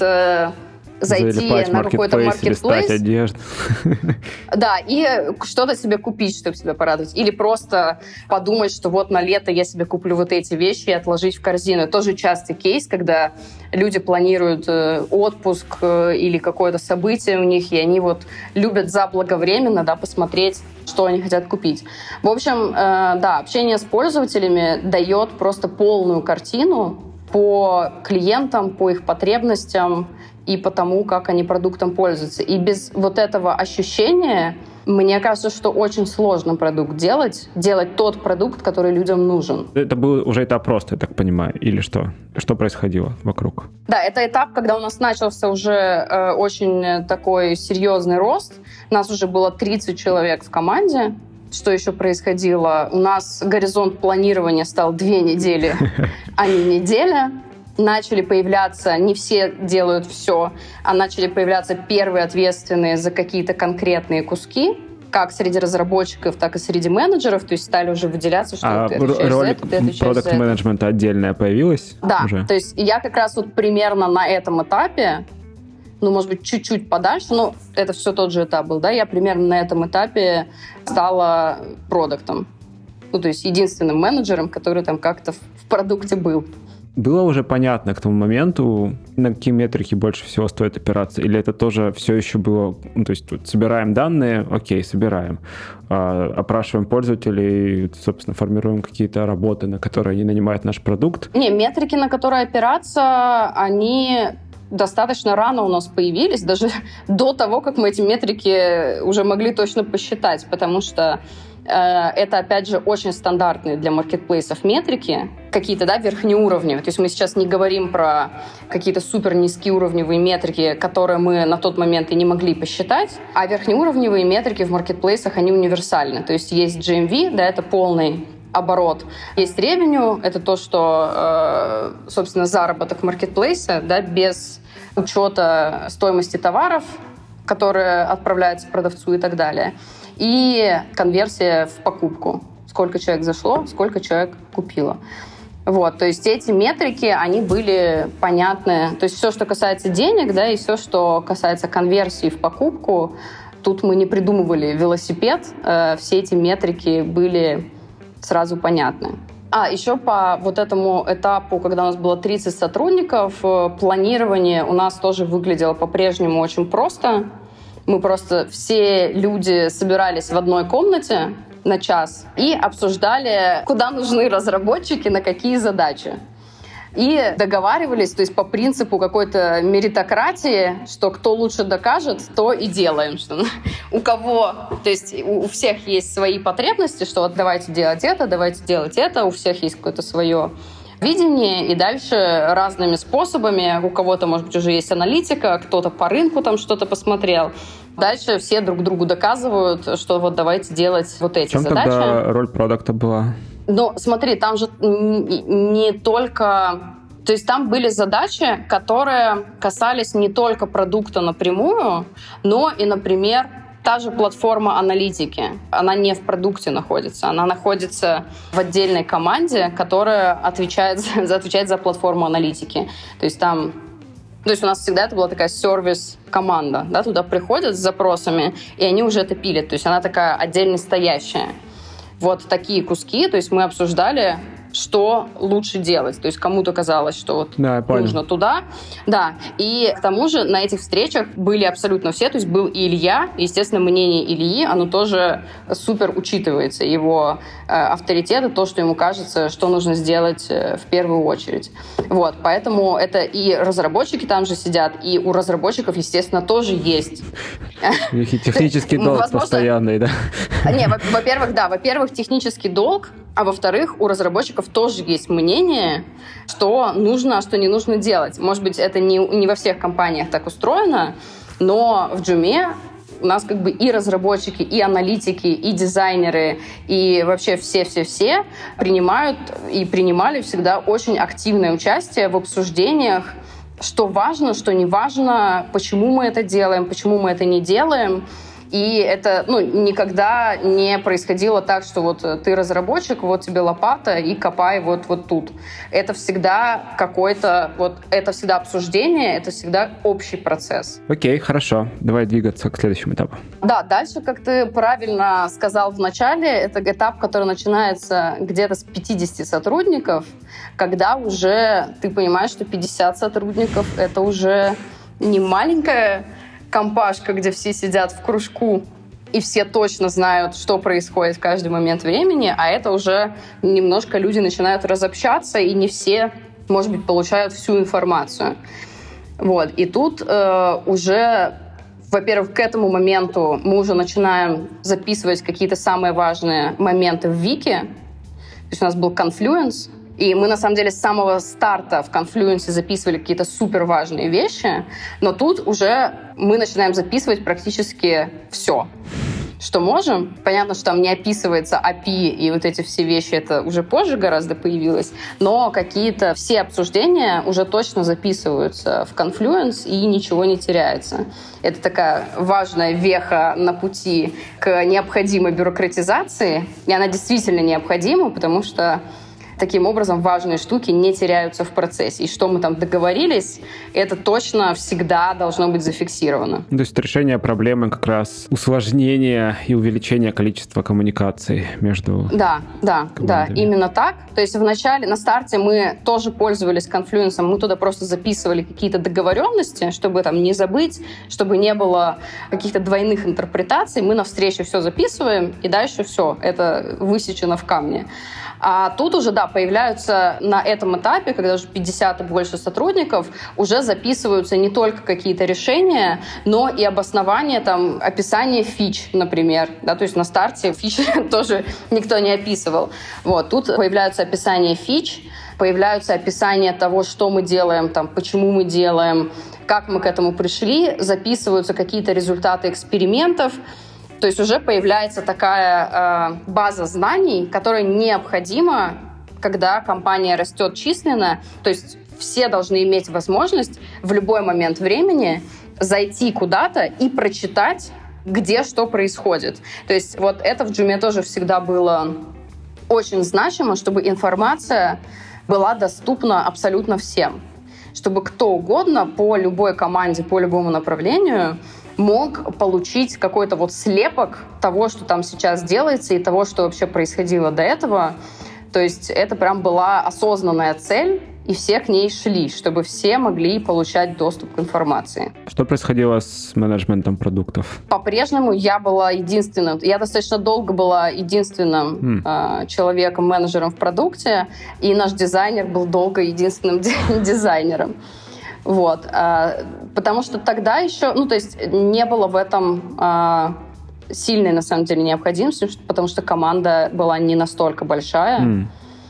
зайти на какой-то маркетплейс. Одежду. Да, и что-то себе купить, чтобы себя порадовать. Или просто подумать, что вот на лето я себе куплю вот эти вещи и отложить в корзину. Тоже частый кейс, когда люди планируют отпуск или какое-то событие у них, и они вот любят заблаговременно, посмотреть, что они хотят купить. В общем, общение с пользователями дает просто полную картину по клиентам, по их потребностям и по тому, как они продуктом пользуются. И без вот этого ощущения, мне кажется, что очень сложно продукт делать тот продукт, который людям нужен. Это был уже этап роста, я так понимаю, или что? Что происходило вокруг? Да, это этап, когда у нас начался уже очень такой серьезный рост. У нас уже было 30 человек в команде. Что еще происходило? У нас горизонт планирования стал 2 недели, а не неделя. Начали появляться, не все делают все, а начали появляться первые ответственные за какие-то конкретные куски, как среди разработчиков, так и среди менеджеров, то есть стали уже выделяться, что ты отвечаешь за это, ты отвечаешь за это. Продакт-менеджмента отдельная появилась? Да, уже? То есть я как раз вот примерно на этом этапе, может быть, чуть-чуть подальше, но это все тот же этап был, да, я примерно на этом этапе стала продуктом. То есть единственным менеджером, который там как-то в продукте был. Было уже понятно к тому моменту, на какие метрики больше всего стоит опираться? Или это тоже все еще было... Ну, то есть тут собираем данные, окей, собираем. Опрашиваем пользователей, собственно, формируем какие-то работы, на которые они нанимают наш продукт? Не, метрики, на которые опираться, они достаточно рано у нас появились, даже до того, как мы эти метрики уже могли точно посчитать, потому что это, опять же, очень стандартные для маркетплейсов метрики, какие-то, да, верхнеуровневые. То есть мы сейчас не говорим про какие-то супер низкоуровневые метрики, которые мы на тот момент и не могли посчитать, а верхнеуровневые метрики в маркетплейсах, они универсальны. То есть есть GMV, да, это полный оборот. Есть revenue, это то, что, собственно, заработок маркетплейса, да, без учета стоимости товаров, которые отправляются продавцу и так далее. И конверсия в покупку. Сколько человек зашло, сколько человек купило. Вот, то есть эти метрики, они были понятны. То есть все, что касается денег, да, и все, что касается конверсии в покупку, тут мы не придумывали велосипед. Все эти метрики были сразу понятны. Еще по вот этому этапу, когда у нас было 30 сотрудников, планирование у нас тоже выглядело по-прежнему очень просто. Мы просто все люди собирались в одной комнате на час и обсуждали, куда нужны разработчики, на какие задачи. И договаривались, то есть по принципу какой-то меритократии, что кто лучше докажет, то и делаем. Что у кого, то есть у всех есть свои потребности, что вот давайте делать это, давайте делать это, у всех есть какое-то свое видение, и дальше разными способами, у кого-то, может быть, уже есть аналитика, кто-то по рынку там что-то посмотрел. Дальше все друг другу доказывают, что вот давайте делать вот эти задачи. В чем тогда роль продукта была? Ну, смотри, там же не только... То есть там были задачи, которые касались не только продукта напрямую, но и, например, та же платформа аналитики. Она не в продукте находится, она находится в отдельной команде, которая отвечает за платформу аналитики. То есть у нас всегда это была такая сервис-команда, да, туда приходят с запросами, и они уже это пилят. То есть она такая отдельно стоящая. Вот такие куски, то есть мы обсуждали, что лучше делать. То есть кому-то казалось, что вот нужно туда. Да. И к тому же на этих встречах были абсолютно все. То есть был и Илья. Естественно, мнение Ильи, оно тоже супер учитывается. Его авторитет, и то, что ему кажется, что нужно сделать в первую очередь. Вот. Поэтому это и разработчики там же сидят, и у разработчиков, естественно, тоже есть. Технический долг постоянный, да? Не, во-первых, технический долг, а во-вторых, у разработчиков тоже есть мнение, что нужно, а что не нужно делать. Может быть, это не во всех компаниях так устроено, но в Joom у нас как бы и разработчики, и аналитики, и дизайнеры, и вообще все-все-все принимают и принимали всегда очень активное участие в обсуждениях, что важно, что не важно, почему мы это делаем, почему мы это не делаем. И это никогда не происходило так, что вот ты разработчик, вот тебе лопата и копай вот тут. Это всегда это всегда обсуждение, это всегда общий процесс. Окей, хорошо. Давай двигаться к следующему этапу. Да, дальше, как ты правильно сказал в начале, это этап, который начинается где-то с 50 сотрудников, когда уже ты понимаешь, что 50 сотрудников — это уже не маленькая компашка, где все сидят в кружку и все точно знают, что происходит в каждый момент времени, а это уже немножко люди начинают разобщаться, и не все, может быть, получают всю информацию. Вот. И тут уже, во-первых, к этому моменту мы уже начинаем записывать какие-то самые важные моменты в Вики. То есть у нас был Confluence, и мы, на самом деле, с самого старта в Confluence записывали какие-то супер важные вещи, но тут уже мы начинаем записывать практически все, что можем. Понятно, что там не описывается API, и вот эти все вещи, это уже позже гораздо появилось, но какие-то все обсуждения уже точно записываются в Confluence, и ничего не теряется. Это такая важная веха на пути к необходимой бюрократизации, и она действительно необходима, потому что таким образом важные штуки не теряются в процессе. И что мы там договорились, это точно всегда должно быть зафиксировано. То есть решение проблемы как раз усложнение и увеличение количества коммуникаций между Да, именно так. То есть вначале, на старте мы тоже пользовались Confluence, мы туда просто записывали какие-то договоренности, чтобы там не забыть, чтобы не было каких-то двойных интерпретаций. Мы на встрече все записываем, и дальше все, это высечено в камне. А тут уже, появляются на этом этапе, когда уже 50 и больше сотрудников, уже записываются не только какие-то решения, но и обоснование, там, описание фич, например. Да, то есть на старте фич тоже никто не описывал. Вот, тут появляются описания фич, появляются описания того, что мы делаем, там, почему мы делаем, как мы к этому пришли, записываются какие-то результаты экспериментов. То есть уже появляется такая база знаний, которая необходима, когда компания растет численно. То есть все должны иметь возможность в любой момент времени зайти куда-то и прочитать, где что происходит. То есть вот это в Joom тоже всегда было очень значимо, чтобы информация была доступна абсолютно всем. Чтобы кто угодно по любой команде, по любому направлению мог получить какой-то вот слепок того, что там сейчас делается, и того, что вообще происходило до этого. То есть это прям была осознанная цель, и все к ней шли, чтобы все могли получать доступ к информации. Что происходило с менеджментом продуктов? По-прежнему я была единственным. Я достаточно долго была единственным человеком, менеджером в продукте, и наш дизайнер был долго единственным дизайнером. Вот. Потому что тогда еще, то есть не было в этом сильной, на самом деле, необходимости, потому что команда была не настолько большая.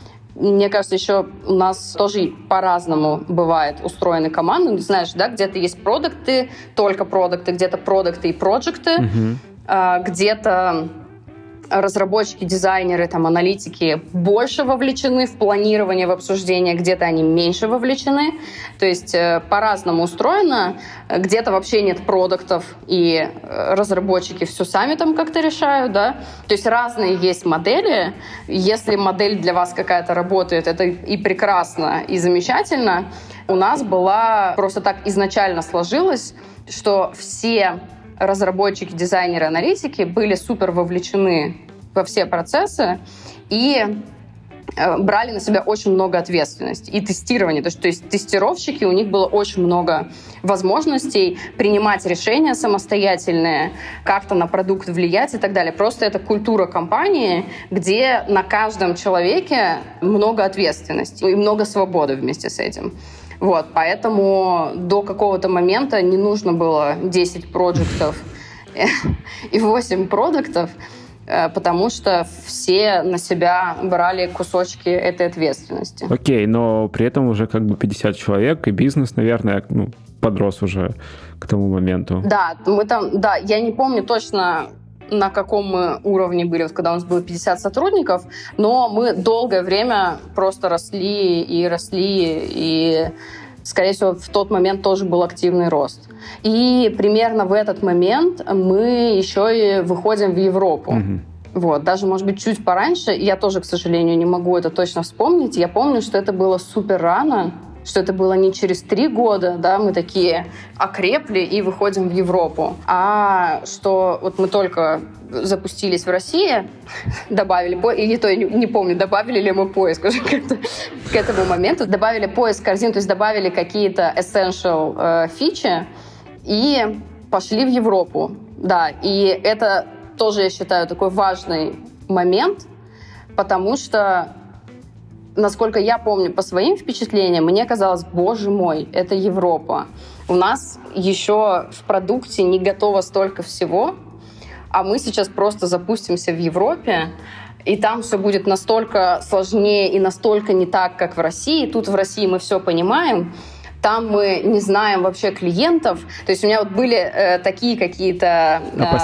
Мне кажется, еще у нас тоже по-разному бывает устроены команды. Знаешь, да, где-то есть продукты, только продукты, где-то продукты и проекты, где-то разработчики, дизайнеры, там, аналитики больше вовлечены в планирование, в обсуждение, где-то они меньше вовлечены. То есть по-разному устроено. Где-то вообще нет продуктов, и разработчики все сами там как-то решают, да. То есть разные есть модели. Если модель для вас какая-то работает, это и прекрасно, и замечательно. У нас была просто так изначально сложилось, что все разработчики, дизайнеры, аналитики были супер вовлечены во все процессы и брали на себя очень много ответственности и тестирования. То есть тестировщики, у них было очень много возможностей принимать решения самостоятельные, как-то на продукт влиять и так далее. Просто это культура компании, где на каждом человеке много ответственности и много свободы вместе с этим. Вот, поэтому до какого-то момента не нужно было 10 проектов и 8 продуктов, потому что все на себя брали кусочки этой ответственности. Окей, но при этом уже как бы 50 человек, и бизнес, наверное, подрос уже к тому моменту. Да, я не помню точно, на каком мы уровне были, когда у нас было 50 сотрудников, но мы долгое время просто росли, и, скорее всего, в тот момент тоже был активный рост. И примерно в этот момент мы еще и выходим в Европу. Вот, даже, может быть, чуть пораньше. Я тоже, к сожалению, не могу это точно вспомнить. Я помню, что это было супер рано, что это было не через 3 года, да, мы такие окрепли и выходим в Европу, а что вот мы только запустились в России, добавили или то я не помню, добавили ли мы поиск уже к этому моменту, добавили поиск в корзину, то есть добавили какие-то essential фичи и пошли в Европу, да, и это тоже, я считаю, такой важный момент, потому что, насколько я помню по своим впечатлениям, мне казалось, боже мой, это Европа. У нас еще в продукте не готово столько всего, а мы сейчас просто запустимся в Европе, и там все будет настолько сложнее и настолько не так, как в России. Тут в России мы все понимаем, там мы не знаем вообще клиентов. То есть у меня вот были такие какие-то...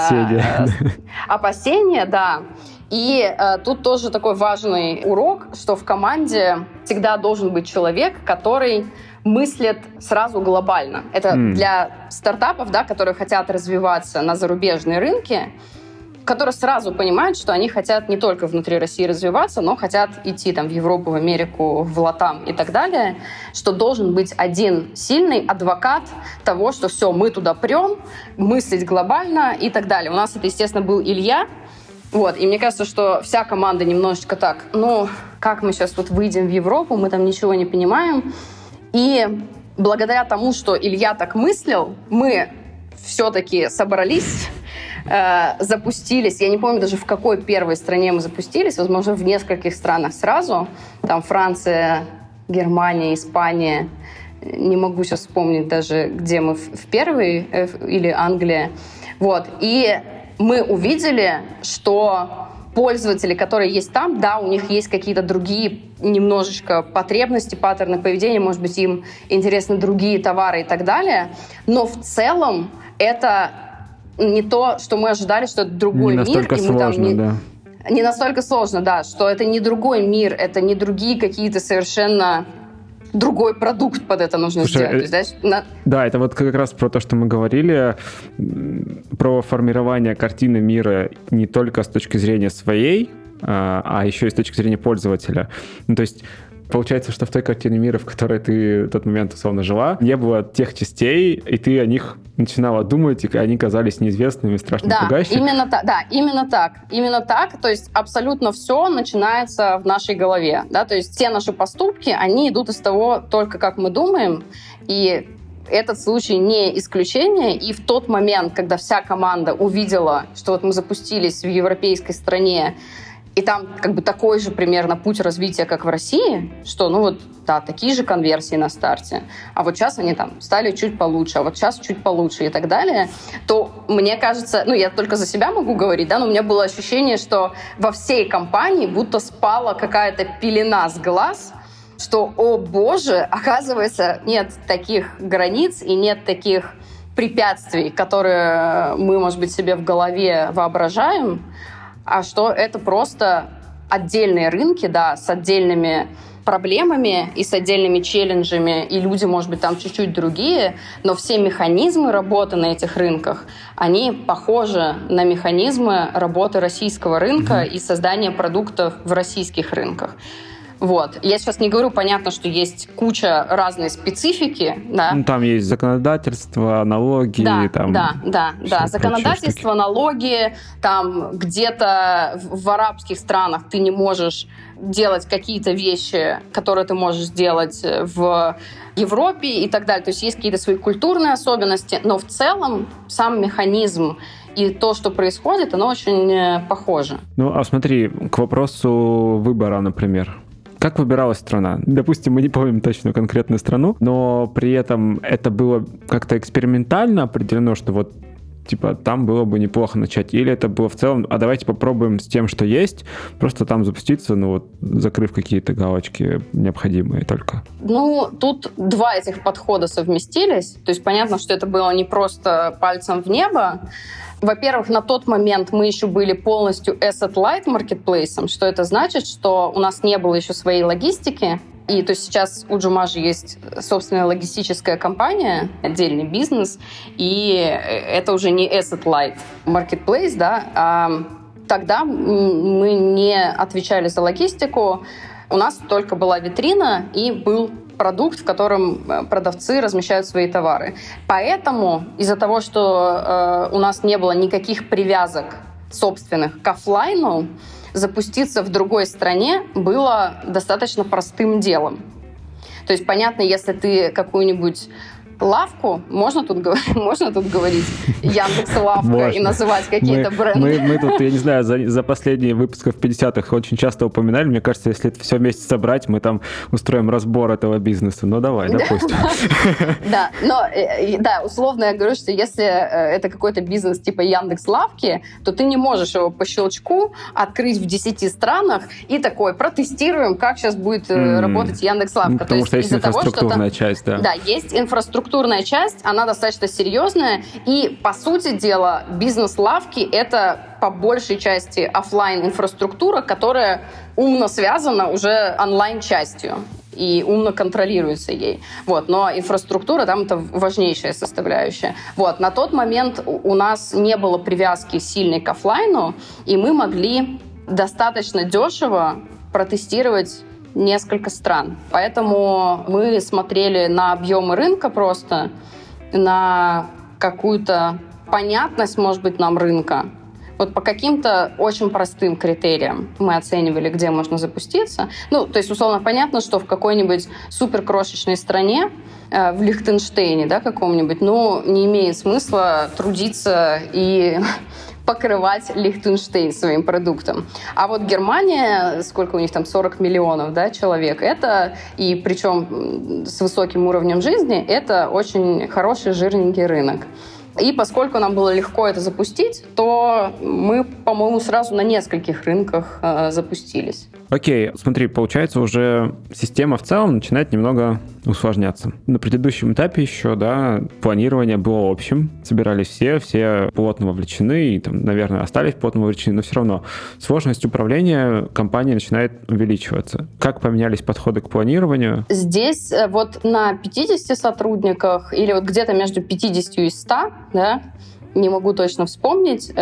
Опасения, да. И тут тоже такой важный урок, что в команде всегда должен быть человек, который мыслит сразу глобально. Это для стартапов, да, которые хотят развиваться на зарубежные рынки. которые сразу понимают, что они хотят не только внутри России развиваться, но хотят идти там в Европу, в Америку, в Латам и так далее, что должен быть один сильный адвокат того, что все, мы туда прем, мыслить глобально и так далее. У нас это, естественно, был Илья. Вот, и мне кажется, что вся команда немножечко так, как мы сейчас вот выйдем в Европу, мы там ничего не понимаем. И благодаря тому, что Илья так мыслил, мы все-таки собрались, запустились. Я не помню даже, в какой первой стране мы запустились. Возможно, в нескольких странах сразу. Там Франция, Германия, Испания. Не могу сейчас вспомнить даже, где мы в первой, или Англия. Вот. И мы увидели, что пользователи, которые есть там, да, у них есть какие-то другие немножечко потребности, паттерны поведения, может быть, им интересны другие товары и так далее. Но в целом это не то, что мы ожидали, что это другой мир. Не настолько сложно, да. Не настолько сложно, да, что это не другой мир, это не другие какие-то совершенно... другой продукт под это нужно сделать. То есть, да, это вот как раз про то, что мы говорили, про формирование картины мира не только с точки зрения своей, а еще и с точки зрения пользователя. То есть получается, что в той картине мира, в которой ты в тот момент условно жила, не было тех частей, и ты о них начинала думать, и они казались неизвестными, страшно пугающими. Именно так. То есть абсолютно все начинается в нашей голове. Да? То есть все наши поступки, они идут из того, только как мы думаем, и этот случай не исключение. И в тот момент, когда вся команда увидела, что вот мы запустились в европейской стране, и там как бы такой же примерно путь развития, как в России, что, такие же конверсии на старте, а вот сейчас они там стали чуть получше, а вот сейчас чуть получше и так далее, то мне кажется, я только за себя могу говорить, да, но у меня было ощущение, что во всей компании будто спала какая-то пелена с глаз, что, о боже, оказывается, нет таких границ и нет таких препятствий, которые мы, может быть, себе в голове воображаем, а что это просто отдельные рынки, да, с отдельными проблемами и с отдельными челленджами, и люди, может быть, там чуть-чуть другие, но все механизмы работы на этих рынках, они похожи на механизмы работы российского рынка и создания продуктов в российских рынках. Вот. Я сейчас не говорю, понятно, что есть куча разной специфики. Да? Там есть законодательство, налоги. Да. Законодательство, налоги. Там где-то в арабских странах ты не можешь делать какие-то вещи, которые ты можешь сделать в Европе и так далее. То есть есть какие-то свои культурные особенности, но в целом сам механизм и то, что происходит, оно очень похоже. А смотри, к вопросу выбора, например. Как выбиралась страна? Допустим, мы не помним точно конкретную страну, но при этом это было как-то экспериментально определено, что там было бы неплохо начать. Или это было в целом, давайте попробуем с тем, что есть, просто там запуститься, закрыв какие-то галочки необходимые только. Тут два этих подхода совместились. То есть понятно, что это было не просто пальцем в небо. Во-первых, на тот момент мы еще были полностью asset-light marketplace. Что это значит? Что у нас не было еще своей логистики. И то есть сейчас у Joomla есть собственная логистическая компания, отдельный бизнес, и это уже не asset-light marketplace, да, а тогда мы не отвечали за логистику, у нас только была витрина и был продукт, в котором продавцы размещают свои товары. Поэтому из-за того, что у нас не было никаких привязок собственных к офлайну, запуститься в другой стране было достаточно простым делом. То есть, понятно, если ты какую-нибудь лавку, можно тут говорить Яндекс.Лавка и называть какие-то бренды? Мы тут, я не знаю, за последние выпусков 50-х очень часто упоминали. Мне кажется, если это все вместе собрать, мы там устроим разбор этого бизнеса. Давай, допустим. Да, условно я говорю, что если это какой-то бизнес типа Яндекс.Лавки, то ты не можешь его по щелчку открыть в 10 странах и такой, протестируем, как сейчас будет работать Яндекс.Лавка. Потому что есть инфраструктурная часть, да. Да, есть инфраструктурная часть, она достаточно серьезная, и, по сути дела, бизнес-лавки — это по большей части офлайн-инфраструктура, которая умно связана уже онлайн-частью. и умно контролируется ей. Вот. Но инфраструктура там это важнейшая составляющая. Вот. На тот момент у нас не было привязки сильной к офлайну, и мы могли достаточно дешево протестировать несколько стран. Поэтому мы смотрели на объемы рынка просто, на какую-то понятность, может быть, нам рынка. Вот по каким-то очень простым критериям мы оценивали, где можно запуститься. Ну, то есть, условно, понятно, что в какой-нибудь суперкрошечной стране, в Лихтенштейне, да, каком-нибудь, ну, не имеет смысла трудиться и покрывать Лихтенштейн своим продуктом. А вот Германия, сколько у них там, 40 миллионов, да, человек, это, и причем с высоким уровнем жизни, это очень хороший, жирненький рынок. И поскольку нам было легко это запустить, то мы, по-моему, сразу на нескольких рынках запустились. Окей, смотри, получается, уже система в целом начинает немного усложняться. На предыдущем этапе еще, да, планирование было общим. Собирались все плотно вовлечены, и там, наверное, остались плотно вовлечены, но все равно сложность управления компанией начинает увеличиваться. Как поменялись подходы к планированию? Здесь вот на 50 сотрудниках или вот где-то между 50 и 100, да, не могу точно вспомнить,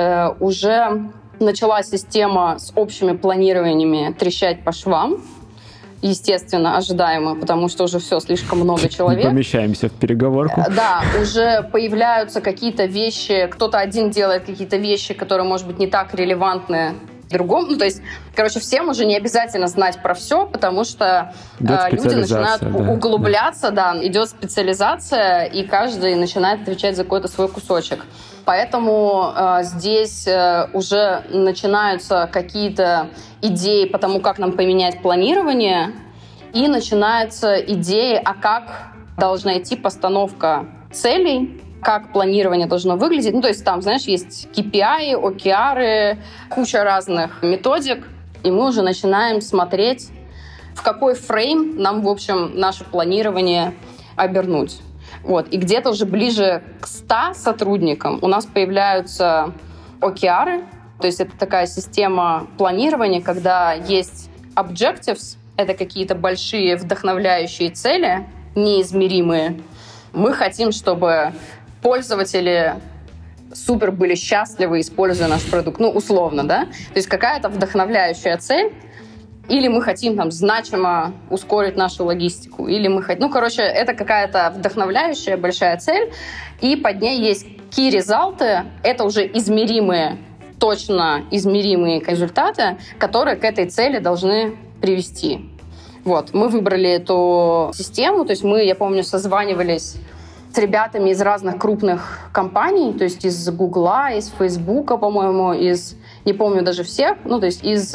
уже начала система с общими планированиями трещать по швам. Естественно, ожидаемо, потому что уже все, слишком много человек. Не помещаемся в переговорку. Да, уже появляются какие-то вещи, кто-то один делает какие-то вещи, которые, может быть, не так релевантны другому. Ну, то есть, короче, всем уже не обязательно знать про все, потому что люди начинают углубляться, да, идет специализация, и каждый начинает отвечать за какой-то свой кусочек. Поэтому здесь уже начинаются какие-то идеи по тому, как нам поменять планирование, и начинаются идеи, а как должна идти постановка целей, как планирование должно выглядеть. Ну, то есть там, знаешь, есть KPI, OKR, куча разных методик, и мы уже начинаем смотреть, в какой фрейм нам, в общем, наше планирование обернуть. Вот. И где-то уже ближе к 100 сотрудникам у нас появляются OKR, то есть это такая система планирования, когда есть objectives, это какие-то большие вдохновляющие цели, неизмеримые. Мы хотим, чтобы пользователи супер были счастливы, используя наш продукт. Ну, условно, да? То есть какая-то вдохновляющая цель, или мы хотим там значимо ускорить нашу логистику, или мы хотим... Ну, короче, это какая-то вдохновляющая большая цель, и под ней есть key результаты, это уже измеримые, точно измеримые результаты, которые к этой цели должны привести. Вот, мы выбрали эту систему, то есть мы, я помню, созванивались с ребятами из разных крупных компаний, то есть из Гугла, из Фейсбука, по-моему, из, не помню даже всех, ну, то есть из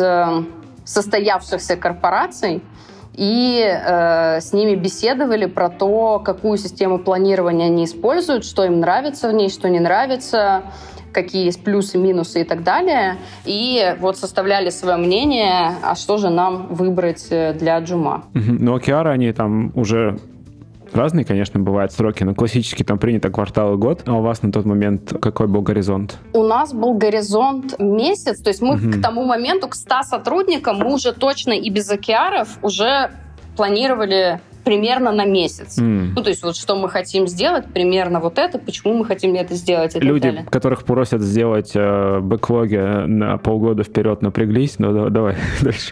состоявшихся корпораций, и с ними беседовали про то, какую систему планирования они используют, что им нравится в ней, что не нравится, какие есть плюсы, минусы и так далее. И вот составляли свое мнение, а что же нам выбрать для Joom. Но OKR, они там уже разные, конечно, бывают сроки, но классически там принято квартал и год. А у вас на тот момент какой был горизонт? У нас был горизонт месяц, то есть мы к тому моменту, к 100 сотрудникам, мы уже точно и без OKR уже планировали примерно на месяц. Ну, то есть вот что мы хотим сделать, примерно вот это, почему мы хотим это сделать и люди, так далее. Которых просят сделать бэклоги на полгода вперед, напряглись, но давай дальше.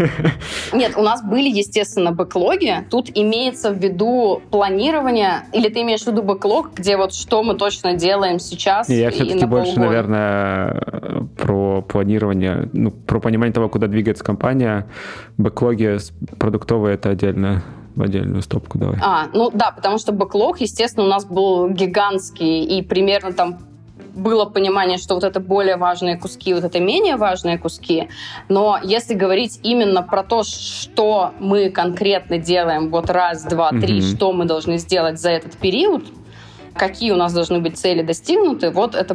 Нет, у нас были, естественно, бэклоги. Тут имеется в виду планирование, или ты имеешь в виду бэклог, где вот что мы точно делаем сейчас и на полгода? Я все-таки больше, наверное, про планирование, ну, про понимание того, куда двигается компания. Бэклоги продуктовые — это отдельно. В отдельную стопку давай. Ну да, потому что бэклог, естественно, у нас был гигантский, и примерно там было понимание, что вот это более важные куски, вот это менее важные куски. Но если говорить именно про то, что мы конкретно делаем, вот раз, два, три, что мы должны сделать за этот период, какие у нас должны быть цели достигнуты, вот это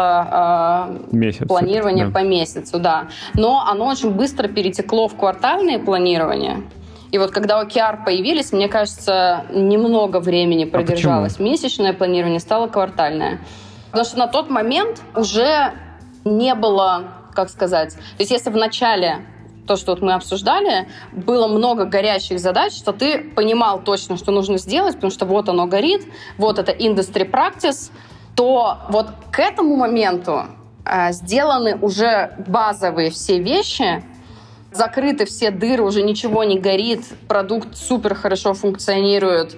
было планирование по месяцу, да. Но оно очень быстро перетекло в квартальное планирование. И вот когда OKR появились, мне кажется, немного времени продержалось. Месячное планирование стало квартальное. Потому что на тот момент уже не было, как сказать... То есть если в начале то, что вот мы обсуждали, было много горящих задач, что ты понимал точно, что нужно сделать, потому что вот оно горит, вот это industry practice, то вот к этому моменту сделаны уже базовые все вещи, закрыты все дыры, уже ничего не горит, продукт супер хорошо функционирует.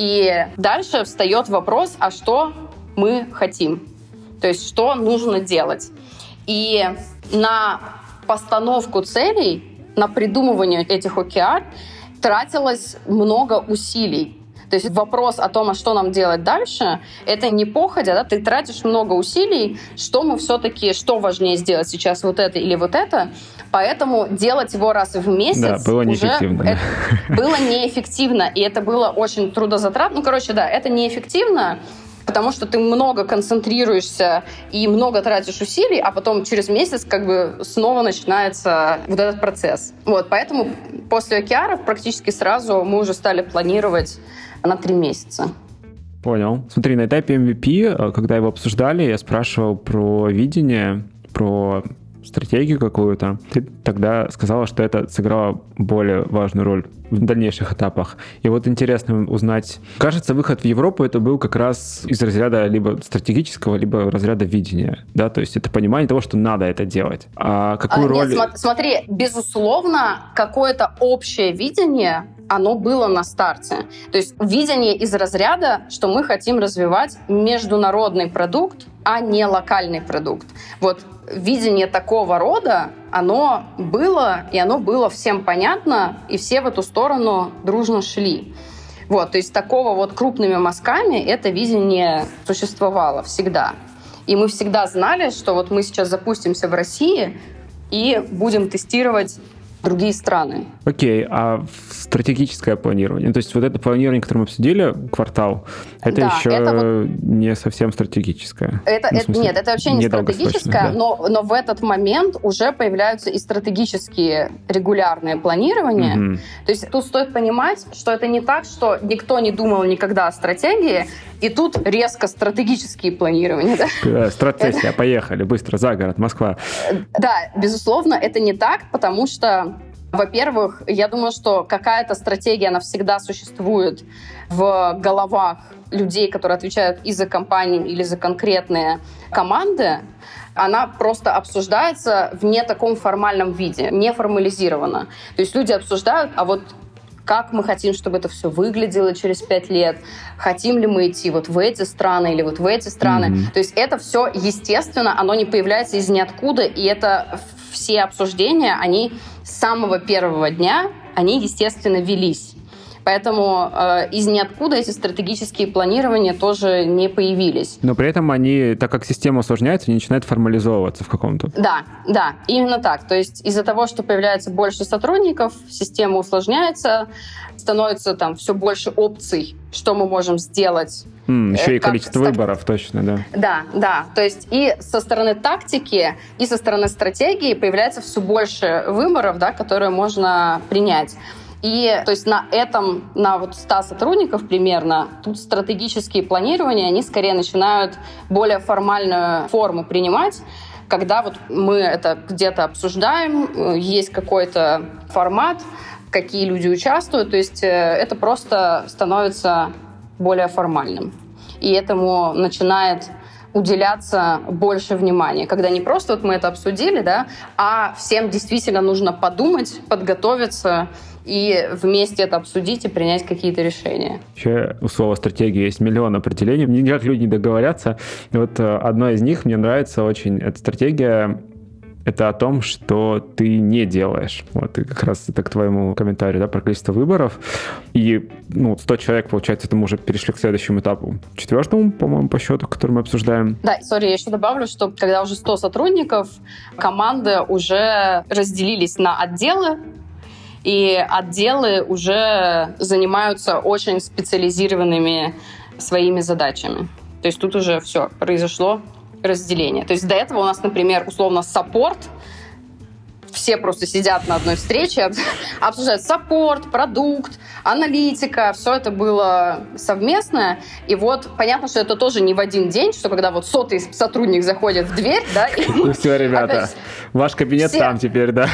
И дальше встает вопрос, а что мы хотим? То есть что нужно делать? И на постановку целей, на придумывание этих OKR тратилось много усилий. То есть вопрос о том, а что нам делать дальше, это не походя, да, ты тратишь много усилий, что мы все-таки, что важнее сделать сейчас, вот это или вот это. Поэтому делать его раз в месяц было неэффективно. Было неэффективно, и это было очень трудозатратно. Это неэффективно, потому что ты много концентрируешься и много тратишь усилий, а потом через месяц снова начинается вот этот процесс. Поэтому после OKR практически сразу мы уже стали планировать на 3 месяца. Понял. Смотри, на этапе MVP, когда его обсуждали, я спрашивал про видение, про стратегию какую-то. Ты тогда сказала, что это сыграло более важную роль в дальнейших этапах. И вот интересно узнать, кажется, выход в Европу это был как раз из разряда либо стратегического, либо разряда видения, да, то есть это понимание того, что надо это делать. А какую роль... Нет, смотри, безусловно, какое-то общее видение, оно было на старте. То есть видение из разряда, что мы хотим развивать международный продукт, а не локальный продукт. Видение такого рода, оно было, и оно было всем понятно, и все в эту сторону дружно шли. То есть такого крупными мазками это видение существовало всегда. И мы всегда знали, что мы сейчас запустимся в России и будем тестировать другие страны. Окей, а стратегическое планирование? То есть вот это планирование, которое мы обсудили, квартал, это еще не совсем стратегическое? Нет, это вообще не стратегическое, да. но в этот момент уже появляются и стратегические регулярные планирования. Угу. То есть тут стоит понимать, что это не так, что никто не думал никогда о стратегии, и тут резко стратегические планирования. Да? Стратсессия, поехали, быстро, за город, Москва. Да, безусловно, это не так, потому что, во-первых, я думаю, что какая-то стратегия, она всегда существует в головах людей, которые отвечают и за компании, или за конкретные команды. Она просто обсуждается в не таком формальном виде, не формализировано. То есть люди обсуждают, как мы хотим, чтобы это все выглядело через 5 лет, хотим ли мы идти в эти страны или в эти страны. Mm-hmm. То есть это все, естественно, оно не появляется из ниоткуда, и это все обсуждения, они с самого первого дня, они, естественно, велись. Поэтому из ниоткуда эти стратегические планирования тоже не появились. Но при этом они, так как система усложняется, они начинают формализовываться в каком-то. Да, именно так. То есть из-за того, что появляется больше сотрудников, система усложняется, становится все больше опций, что мы можем сделать. Еще и количество выборов, точно, да. Да. То есть и со стороны тактики, и со стороны стратегии появляется все больше выборов, которые можно принять. И то есть на 100 сотрудников примерно, тут стратегические планирования, они скорее начинают более формальную форму принимать, когда мы это где-то обсуждаем, есть какой-то формат, какие люди участвуют, то есть это просто становится более формальным. И этому начинает уделяться больше внимания, когда не просто мы это обсудили, а всем действительно нужно подумать, подготовиться и вместе это обсудить и принять какие-то решения. Еще у слова «стратегия» есть миллион определений. Никак люди не договорятся. Одно из них мне нравится очень. Эта стратегия — это о том, что ты не делаешь. И как раз это к твоему комментарию, про количество выборов. И 100 человек, получается, это мы уже перешли к следующему этапу. 4-му, по-моему, по счету, который мы обсуждаем. Да, я еще добавлю, что когда уже 100 сотрудников, команды уже разделились на отделы, и отделы уже занимаются очень специализированными своими задачами. То есть тут уже все, произошло разделение. То есть до этого у нас, например, условно саппорт, все просто сидят на одной встрече, обсуждают саппорт, продукт, аналитика, все это было совместное. И вот понятно, что это тоже не в один день, что когда вот 100-й сотрудник заходит в дверь, да, и все, ребята, ваш кабинет там теперь, да.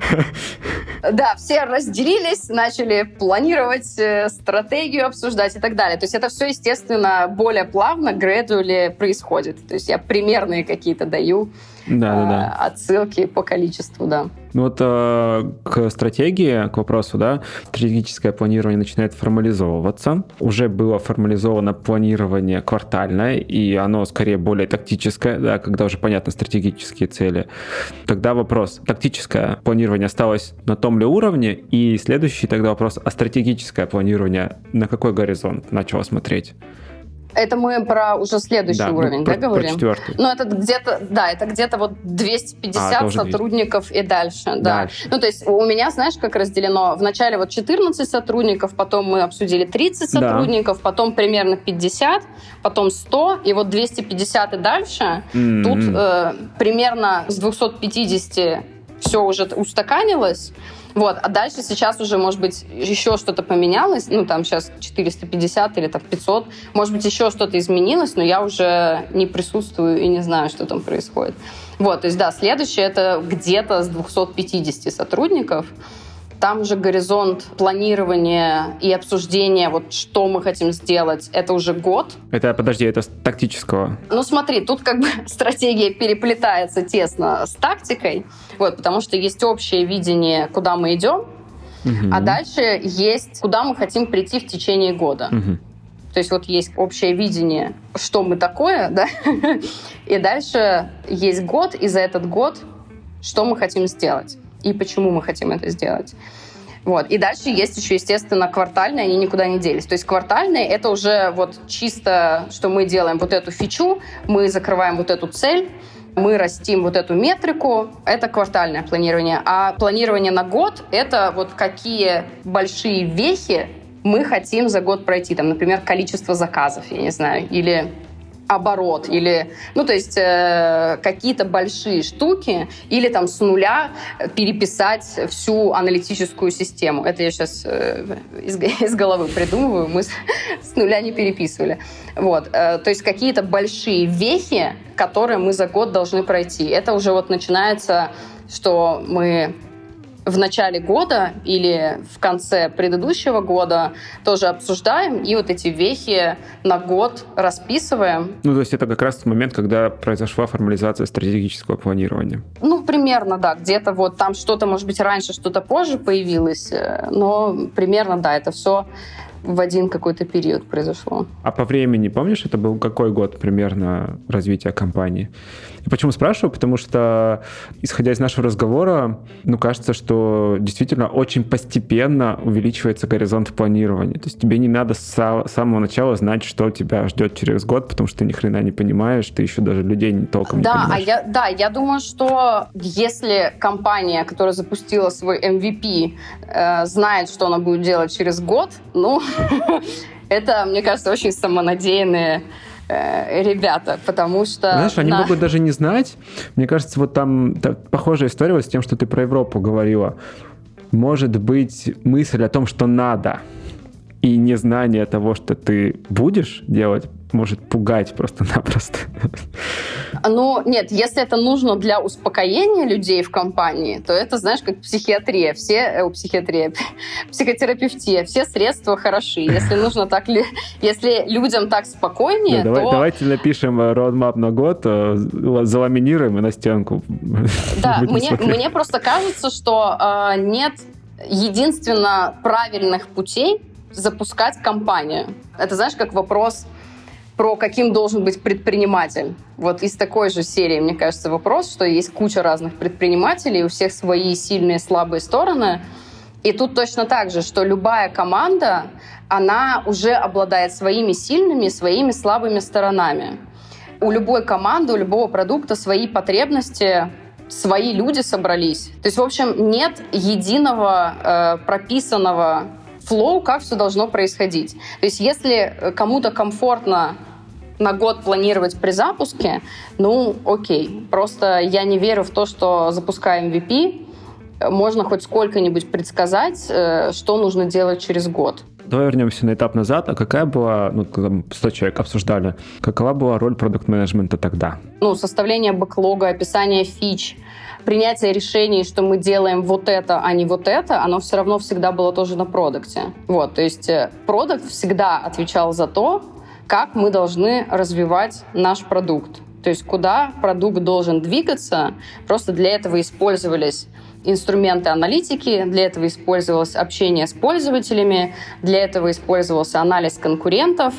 Да, все разделились, начали планировать стратегию, обсуждать и так далее. То есть это все, естественно, более плавно, gradually происходит. То есть я примерные какие-то даю отсылки по количеству, да. Ну вот к стратегии, к вопросу, да, стратегическое планирование начинает формализовываться. Уже было формализовано планирование квартальное, и оно скорее более тактическое, да, когда уже понятны стратегические цели. Тогда вопрос, тактическое планирование осталось на том ли уровне, и следующий тогда вопрос, а стратегическое планирование на какой горизонт начало смотреть? Это мы про уже следующий уровень, да, говорим? Про четвертый. Ну, это где-то вот 250 сотрудников и дальше, да. Ну, то есть у меня, знаешь, как разделено? Вначале вот 14 сотрудников, потом мы обсудили 30 сотрудников, потом примерно 50, потом 100, и вот 250 и дальше. Тут примерно с 250 все уже устаканилось. Вот, а дальше сейчас уже, может быть, еще что-то поменялось, ну, там сейчас 450 или там 500, может быть, еще что-то изменилось, но я уже не присутствую и не знаю, что там происходит. Вот, то есть, да, следующее это где-то с 250 сотрудников. Там уже горизонт планирования и обсуждения, вот что мы хотим сделать, это уже год. Это, подожди, это с тактического? Ну смотри, тут как бы стратегия переплетается тесно с тактикой, вот, потому что есть общее видение, куда мы идем, а дальше есть, куда мы хотим прийти в течение года. То есть вот есть общее видение, что мы такое, да, и дальше есть год, и за этот год что мы хотим сделать. И почему мы хотим это сделать. Вот. И дальше есть еще, естественно, квартальные, они никуда не делись. То есть квартальные — это уже вот чисто, что мы делаем вот эту фичу, мы закрываем вот эту цель, мы растим вот эту метрику. Это квартальное планирование. А планирование на год — это вот какие большие вехи мы хотим за год пройти. Там, например, количество заказов, я не знаю, или оборот, или, ну, то есть какие-то большие штуки, или там с нуля переписать всю аналитическую систему. Это я сейчас из головы придумываю, мы с нуля не переписывали. Вот, то есть какие-то большие вехи, которые мы за год должны пройти. Это уже вот начинается, что мы в начале года или в конце предыдущего года тоже обсуждаем и вот эти вехи на год расписываем. Ну, то есть это как раз момент, когда произошла формализация стратегического планирования. Ну, примерно, да. Где-то вот там что-то, может быть, раньше, что-то позже появилось, но примерно, да, это все в один какой-то период произошло. А по времени, помнишь, это был какой год примерно развития компании? И почему спрашиваю? Потому что, исходя из нашего разговора, ну, кажется, что действительно очень постепенно увеличивается горизонт планирования. То есть тебе не надо с самого начала знать, что тебя ждет через год, потому что ты ни хрена не понимаешь, ты еще даже людей толком не понимаешь. Я думаю, что если компания, которая запустила свой MVP, знает, что она будет делать через год, ну, это, мне кажется, очень самонадеянные ребята, потому что... Знаешь, они могут даже не знать. Мне кажется, вот там похожая история вот с тем, что ты про Европу говорила. Может быть, мысль о том, что надо, и незнание того, что ты будешь делать, может пугать просто-напросто. Ну, нет, если это нужно для успокоения людей в компании, то это, знаешь, как психиатрия. Психотерапевтия. Все средства хороши. Если нужно так, если людям так спокойнее, то... Давайте напишем roadmap на год, заламинируем и на стенку. Да, мне просто кажется, что нет единственно правильных путей запускать компанию. Это, знаешь, как вопрос про каким должен быть предприниматель. Вот из такой же серии, мне кажется, вопрос, что есть куча разных предпринимателей, у всех свои сильные и слабые стороны. И тут точно так же, что любая команда, она уже обладает своими сильными и своими слабыми сторонами. У любой команды, у любого продукта свои потребности, свои люди собрались. То есть, в общем, нет единого прописанного флоу, как все должно происходить. То есть если кому-то комфортно на год планировать при запуске, ну окей. Просто я не верю в то, что запуская MVP, можно хоть сколько-нибудь предсказать, что нужно делать через год. Давай вернемся на этап назад. А какая была, когда 100 человек обсуждали, какова была роль продакт-менеджмента тогда? Составление бэклога, описание фич, принятие решений, что мы делаем вот это, а не вот это, оно все равно всегда было тоже на продакте. То есть продакт всегда отвечал за то, как мы должны развивать наш продукт. То есть куда продукт должен двигаться. Просто для этого использовались инструменты аналитики, для этого использовалось общение с пользователями, для этого использовался анализ конкурентов.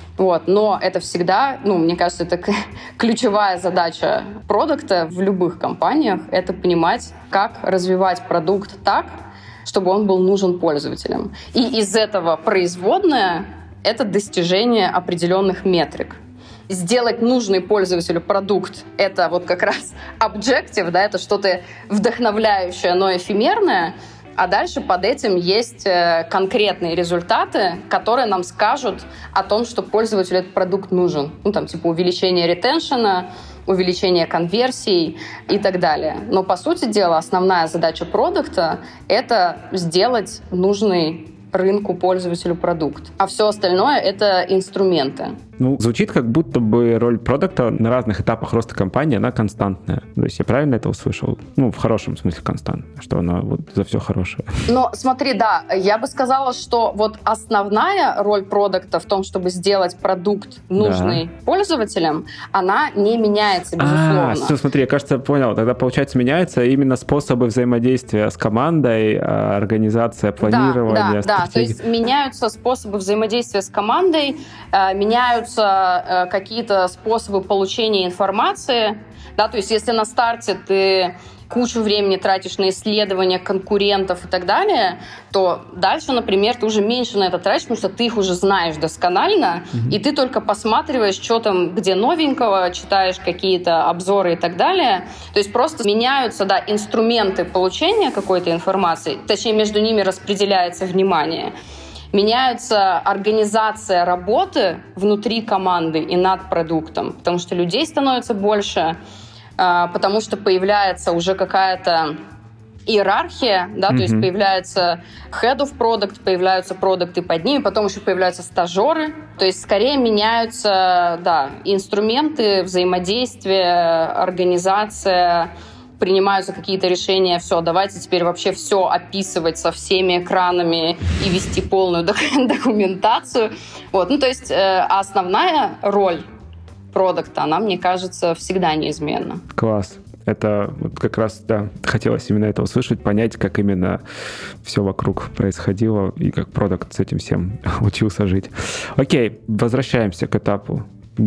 Но это всегда, мне кажется, это ключевая задача продукта в любых компаниях, это понимать, как развивать продукт так, чтобы он был нужен пользователям. И из этого производное — это достижение определенных метрик. Сделать нужный пользователю продукт — это как раз objective, это что-то вдохновляющее, но эфемерное, а дальше под этим есть конкретные результаты, которые нам скажут о том, что пользователю этот продукт нужен. Увеличение ретеншена, увеличение конверсий и так далее. Но, по сути дела, основная задача продукта — это сделать нужный рынку, пользователю продукт. А все остальное — это инструменты. Звучит, как будто бы роль продукта на разных этапах роста компании, она константная. То есть я правильно это услышал? В хорошем смысле константная, что она за все хорошее. Смотри, да, я бы сказала, что основная роль продукта в том, чтобы сделать продукт нужный пользователям, она не меняется, безусловно. Все, смотри, я, кажется, понял. Тогда, получается, меняются именно способы взаимодействия с командой, организация, планирование, стратегия. То есть меняются способы взаимодействия с командой, меняются какие-то способы получения информации. То есть если на старте ты кучу времени тратишь на исследования конкурентов и так далее, то дальше, например, ты уже меньше на это тратишь, потому что ты их уже знаешь досконально, и ты только посматриваешь, что там, где новенького, читаешь какие-то обзоры и так далее. То есть просто меняются, инструменты получения какой-то информации, точнее, между ними распределяется внимание. Меняется организация работы внутри команды и над продуктом, потому что людей становится больше, потому что появляется уже какая-то иерархия, то есть появляется head of product, появляются продукты под ними, потом еще появляются стажеры. То есть скорее меняются, инструменты взаимодействия, организация, принимаются какие-то решения, все, давайте теперь вообще все описывать со всеми экранами и вести полную документацию. То есть основная роль продукта, она, мне кажется, всегда неизменна. Класс. Это как раз, хотелось именно это услышать, понять, как именно все вокруг происходило и как продукт с этим всем учился жить. Окей, возвращаемся к этапу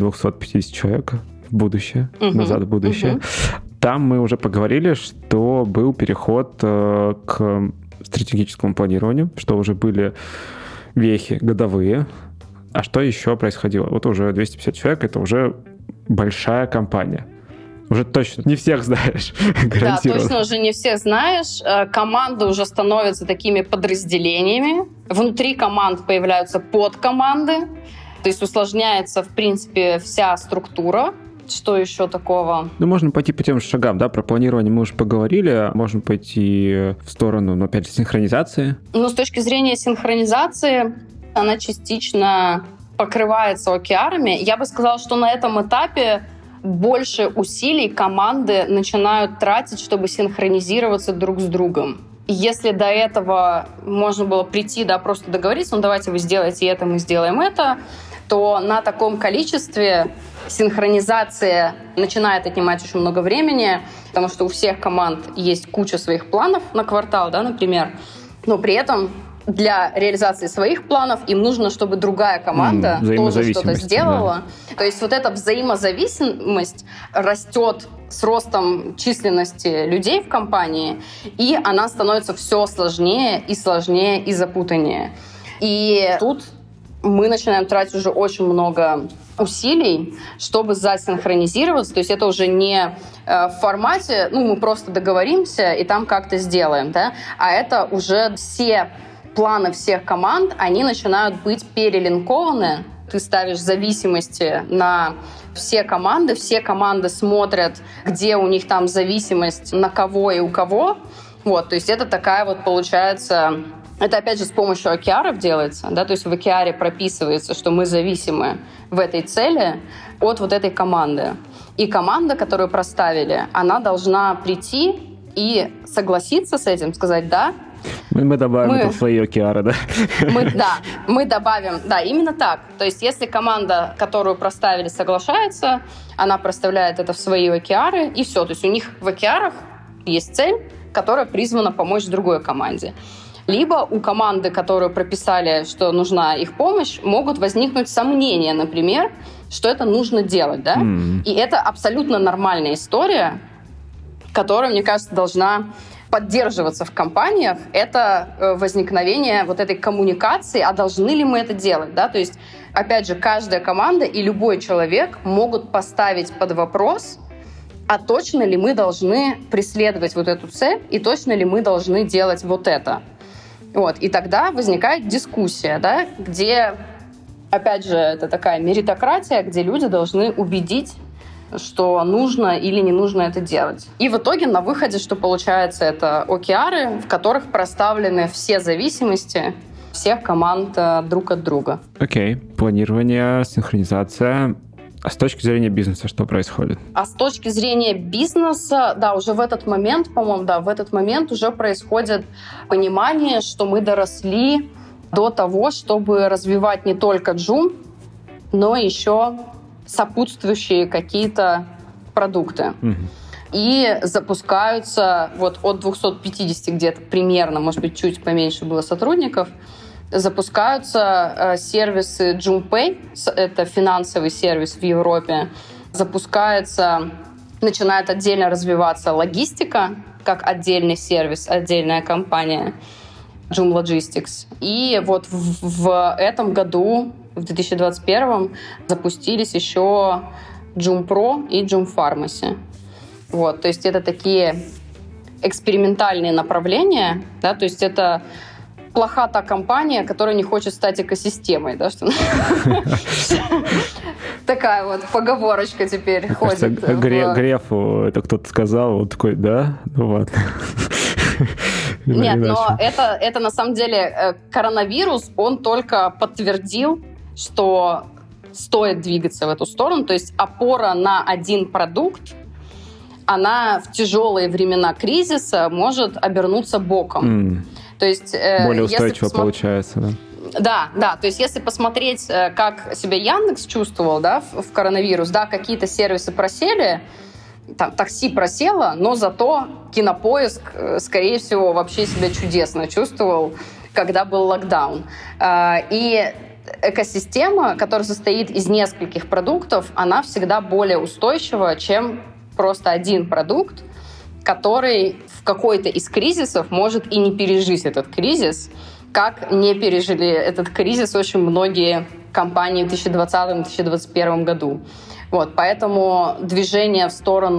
250 человек в будущее, назад в будущее. Там мы уже поговорили, что был переход к стратегическому планированию, что уже были вехи годовые. А что еще происходило? Уже 250 человек — это уже большая компания. Уже точно не всех знаешь, гарантированно. Да, точно уже не всех знаешь. Команды уже становятся такими подразделениями. Внутри команд появляются подкоманды. То есть усложняется, в принципе, вся структура. Что еще такого? Можно пойти по тем же шагам, про планирование мы уже поговорили, можно пойти в сторону, опять же, синхронизации. С точки зрения синхронизации, она частично покрывается OKR-ами. Я бы сказала, что на этом этапе больше усилий команды начинают тратить, чтобы синхронизироваться друг с другом. И если до этого можно было прийти, просто договориться, давайте вы сделаете это, мы сделаем это, то на таком количестве синхронизация начинает отнимать очень много времени, потому что у всех команд есть куча своих планов на квартал, например, но при этом для реализации своих планов им нужно, чтобы другая команда тоже что-то сделала. То есть эта взаимозависимость растет с ростом численности людей в компании, и она становится все сложнее и запутаннее. И тут мы начинаем тратить уже очень много усилий, чтобы засинхронизироваться. То есть это уже не в формате, мы просто договоримся и там как-то сделаем, а это уже все планы всех команд, они начинают быть перелинкованы. Ты ставишь зависимости на все команды смотрят, где у них там зависимость, на кого и у кого, Вот, то есть это такая вот, получается... Это, опять же, с помощью OKR делается, да, то есть в OKR прописывается, что мы зависимы в этой цели от вот этой команды. И команда, которую проставили, она должна прийти и согласиться с этим, сказать «да». Мы добавим это в свои OKR, да? Мы добавим, да, именно так. То есть если команда, которую проставили, соглашается, она проставляет это в свои OKR, и все. То есть у них в OKR есть цель, которая призвана помочь другой команде. Либо у команды, которую прописали, что нужна их помощь, могут возникнуть сомнения, например, что это нужно делать, да? И это абсолютно нормальная история, которая, мне кажется, должна поддерживаться в компаниях. Это возникновение вот этой коммуникации, а должны ли мы это делать, да? То есть, опять же, каждая команда и любой человек могут поставить под вопрос, а точно ли мы должны преследовать вот эту цель, и точно ли мы должны делать вот это. Вот. И тогда возникает дискуссия, да, где, опять же, это такая меритократия, где люди должны убедить, что нужно или не нужно это делать. И в итоге на выходе, что получается, это OKR, в которых проставлены все зависимости всех команд друг от друга. Окей. Планирование, синхронизация. А с точки зрения бизнеса что происходит? А с точки зрения бизнеса, да, уже в этот момент, по-моему, да, в этот момент уже происходит понимание, что мы доросли до того, чтобы развивать не только Joom, но еще сопутствующие какие-то продукты. И запускаются вот от 250 где-то примерно, может быть, чуть поменьше было сотрудников, запускаются сервисы JoomPay, это финансовый сервис в Европе, начинает отдельно развиваться логистика, как отдельный сервис, отдельная компания Joom Logistics. И вот в этом году, в 2021, запустились еще Joom Pro и Joom Pharmacy. Вот, то есть это такие экспериментальные направления, да, то есть это плоха та компания, которая не хочет стать экосистемой, да, что такая вот поговорочка теперь ходит. Грефу это кто-то сказал, он такой, да, ну ладно. Нет, но это на самом деле коронавирус, он только подтвердил, что стоит двигаться в эту сторону, то есть опора на один продукт, она в тяжелые времена кризиса может обернуться боком. То есть более устойчиво получается, да? Да. То есть если посмотреть, как себя Яндекс чувствовал, да, в коронавирус, да, какие-то сервисы просели, там такси просело, но зато Кинопоиск, скорее всего, вообще себя чудесно чувствовал, когда был локдаун. И экосистема, которая состоит из нескольких продуктов, она всегда более устойчива, чем просто один продукт, который в какой-то из кризисов может и не пережить этот кризис, как не пережили этот кризис очень многие компании в 2020-2021 году. Вот, поэтому движение в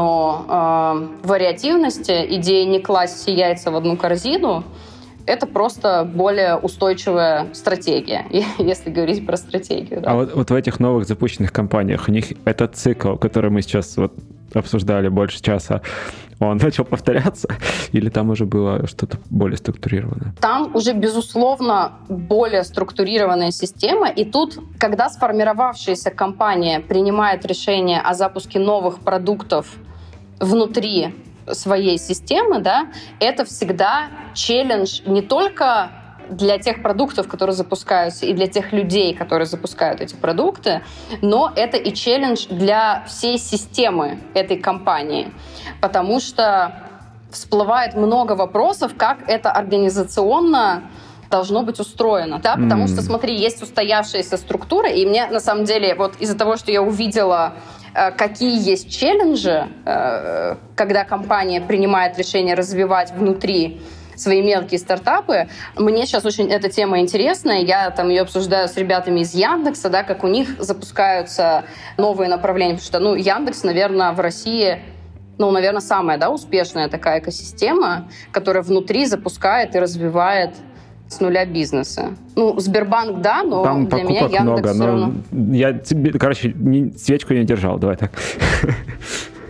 сторону вариативности, идея не класть все яйца в одну корзину, это просто более устойчивая стратегия, если говорить про стратегию. Да. А вот в этих новых запущенных компаниях у них этот цикл, который мы сейчас вот обсуждали больше часа, он начал повторяться? Или там уже было что-то более структурированное? Там уже, безусловно, более структурированная система. И тут, когда сформировавшаяся компания принимает решение о запуске новых продуктов внутри своей системы, да, это всегда челлендж не только для тех продуктов, которые запускаются, и для тех людей, которые запускают эти продукты, но это и челлендж для всей системы этой компании, потому что всплывает много вопросов, как это организационно должно быть устроено, да, потому что, смотри, есть устоявшаяся структура, и мне, на самом деле, вот из-за того, что я увидела, какие есть челленджи, когда компания принимает решение развивать внутри свои мелкие стартапы. Мне сейчас очень эта тема интересная. Я там ее обсуждаю с ребятами из Яндекса, да, как у них запускаются новые направления. Потому что, Яндекс, наверное, в России, наверное, самая, да, успешная такая экосистема, которая внутри запускает и развивает с нуля бизнеса. Сбербанк, да, но там для меня Яндекс много, все равно... Я тебе, свечку не держал, давай так.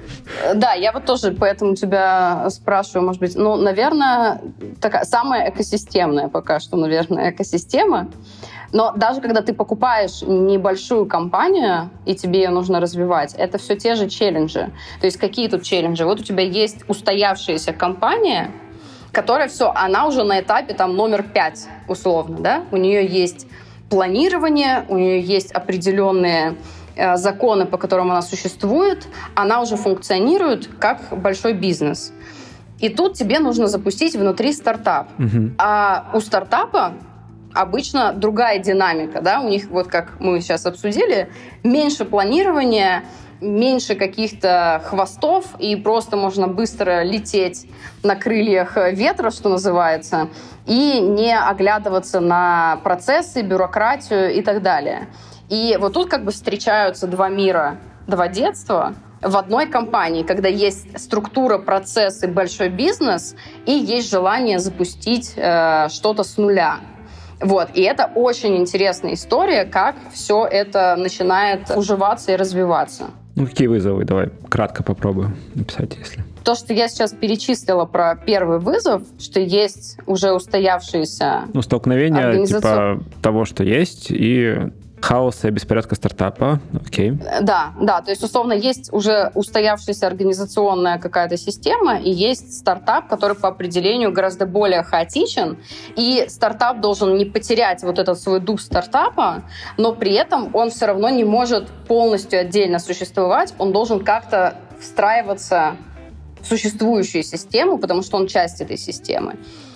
Да, я вот тоже поэтому тебя спрашиваю, может быть, наверное, такая самая экосистемная пока что, наверное, экосистема. Но даже когда ты покупаешь небольшую компанию, и тебе ее нужно развивать, это все те же челленджи. То есть какие тут челленджи? Вот у тебя есть устоявшаяся компания, которая она уже на этапе номер 5, условно, да? У нее есть планирование, у нее есть определенные законы, по которым она существует, она уже функционирует как большой бизнес. И тут тебе нужно запустить внутри стартап. А у стартапа обычно другая динамика, да, у них, вот как мы сейчас обсудили, меньше планирования, меньше каких-то хвостов, и просто можно быстро лететь на крыльях ветра, что называется, и не оглядываться на процессы, бюрократию и так далее. И вот тут встречаются два мира, два детства в одной компании, когда есть структура, процессы, большой бизнес, и есть желание запустить что-то с нуля. Вот. И это очень интересная история, как все это начинает уживаться и развиваться. Какие вызовы? Давай кратко попробую написать, если... То, что я сейчас перечислила про первый вызов, что есть уже устоявшиеся... столкновение типа того, что есть, и хаоса и беспорядка стартапа. Окей. Да, то есть, условно, есть уже устоявшаяся организационная какая-то система, и есть стартап, который по определению гораздо более хаотичен, и стартап должен не потерять вот этот свой дух стартапа, но при этом он все равно не может полностью отдельно существовать, он должен как-то встраиваться в существующую систему, потому что он часть этой системы.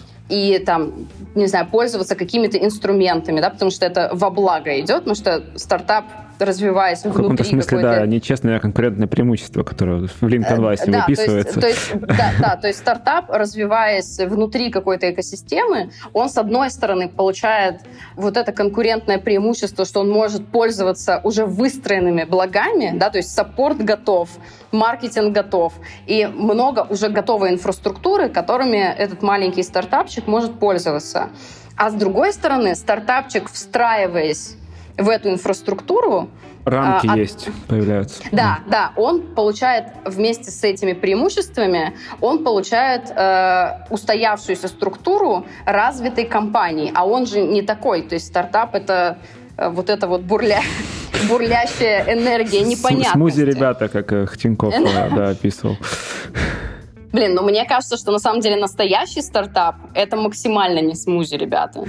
И пользоваться какими-то инструментами, да, потому что это во благо идет, потому что стартап, развиваясь внутри... В каком-то смысле, да, нечестное конкурентное преимущество, которое в LinkedIn выписывается. То есть стартап, развиваясь внутри какой-то экосистемы, он, с одной стороны, получает вот это конкурентное преимущество, что он может пользоваться уже выстроенными благами, да, то есть саппорт готов, маркетинг готов, и много уже готовой инфраструктуры, которыми этот маленький стартапчик может пользоваться. А с другой стороны, стартапчик, встраиваясь в эту инфраструктуру... Рамки появляются. Да, он получает вместе с этими преимуществами, он получает устоявшуюся структуру развитой компании. А он же не такой. То есть стартап — это вот эта вот бурлящая энергия непонятности. Смузи ребята, как Тинькофф описывал. Мне кажется, что на самом деле настоящий стартап — это максимально не смузи ребята.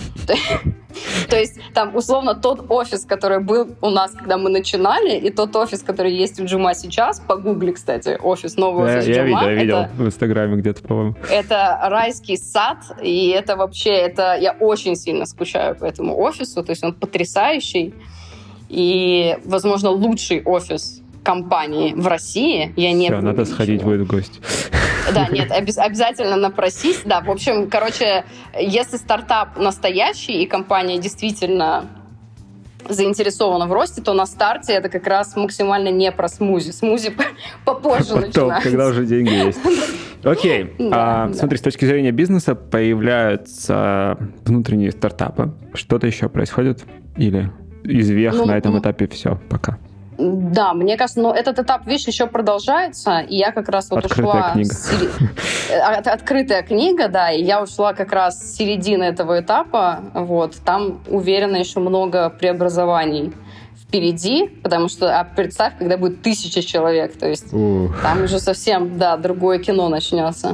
То есть там, условно, тот офис, который был у нас, когда мы начинали, и тот офис, который есть у Джума сейчас, погугли, кстати, новый офис Джума. Я видел в Инстаграме где-то, по-моему. Это райский сад, и это вообще, я очень сильно скучаю по этому офису, то есть он потрясающий, и, возможно, лучший офис компании в России. Я не Все, надо сходить будет в гости. Да, нет, обязательно напросись. Да, в общем, если стартап настоящий и компания действительно заинтересована в росте, то на старте это как раз максимально не про смузи. Смузи попозже начинается. Когда уже деньги есть. Окей. Смотри, с точки зрения бизнеса появляются внутренние стартапы. Что-то еще происходит? Или из вех на этом этапе все? Пока. Да, мне кажется, этот этап, видишь, еще продолжается, и я как раз Открытая книга. Открытая книга, да, и я ушла как раз с середины этого этапа, там, уверена, еще много преобразований впереди, потому что, представь, когда будет 1000 человек, то есть там уже совсем, другое кино начнется.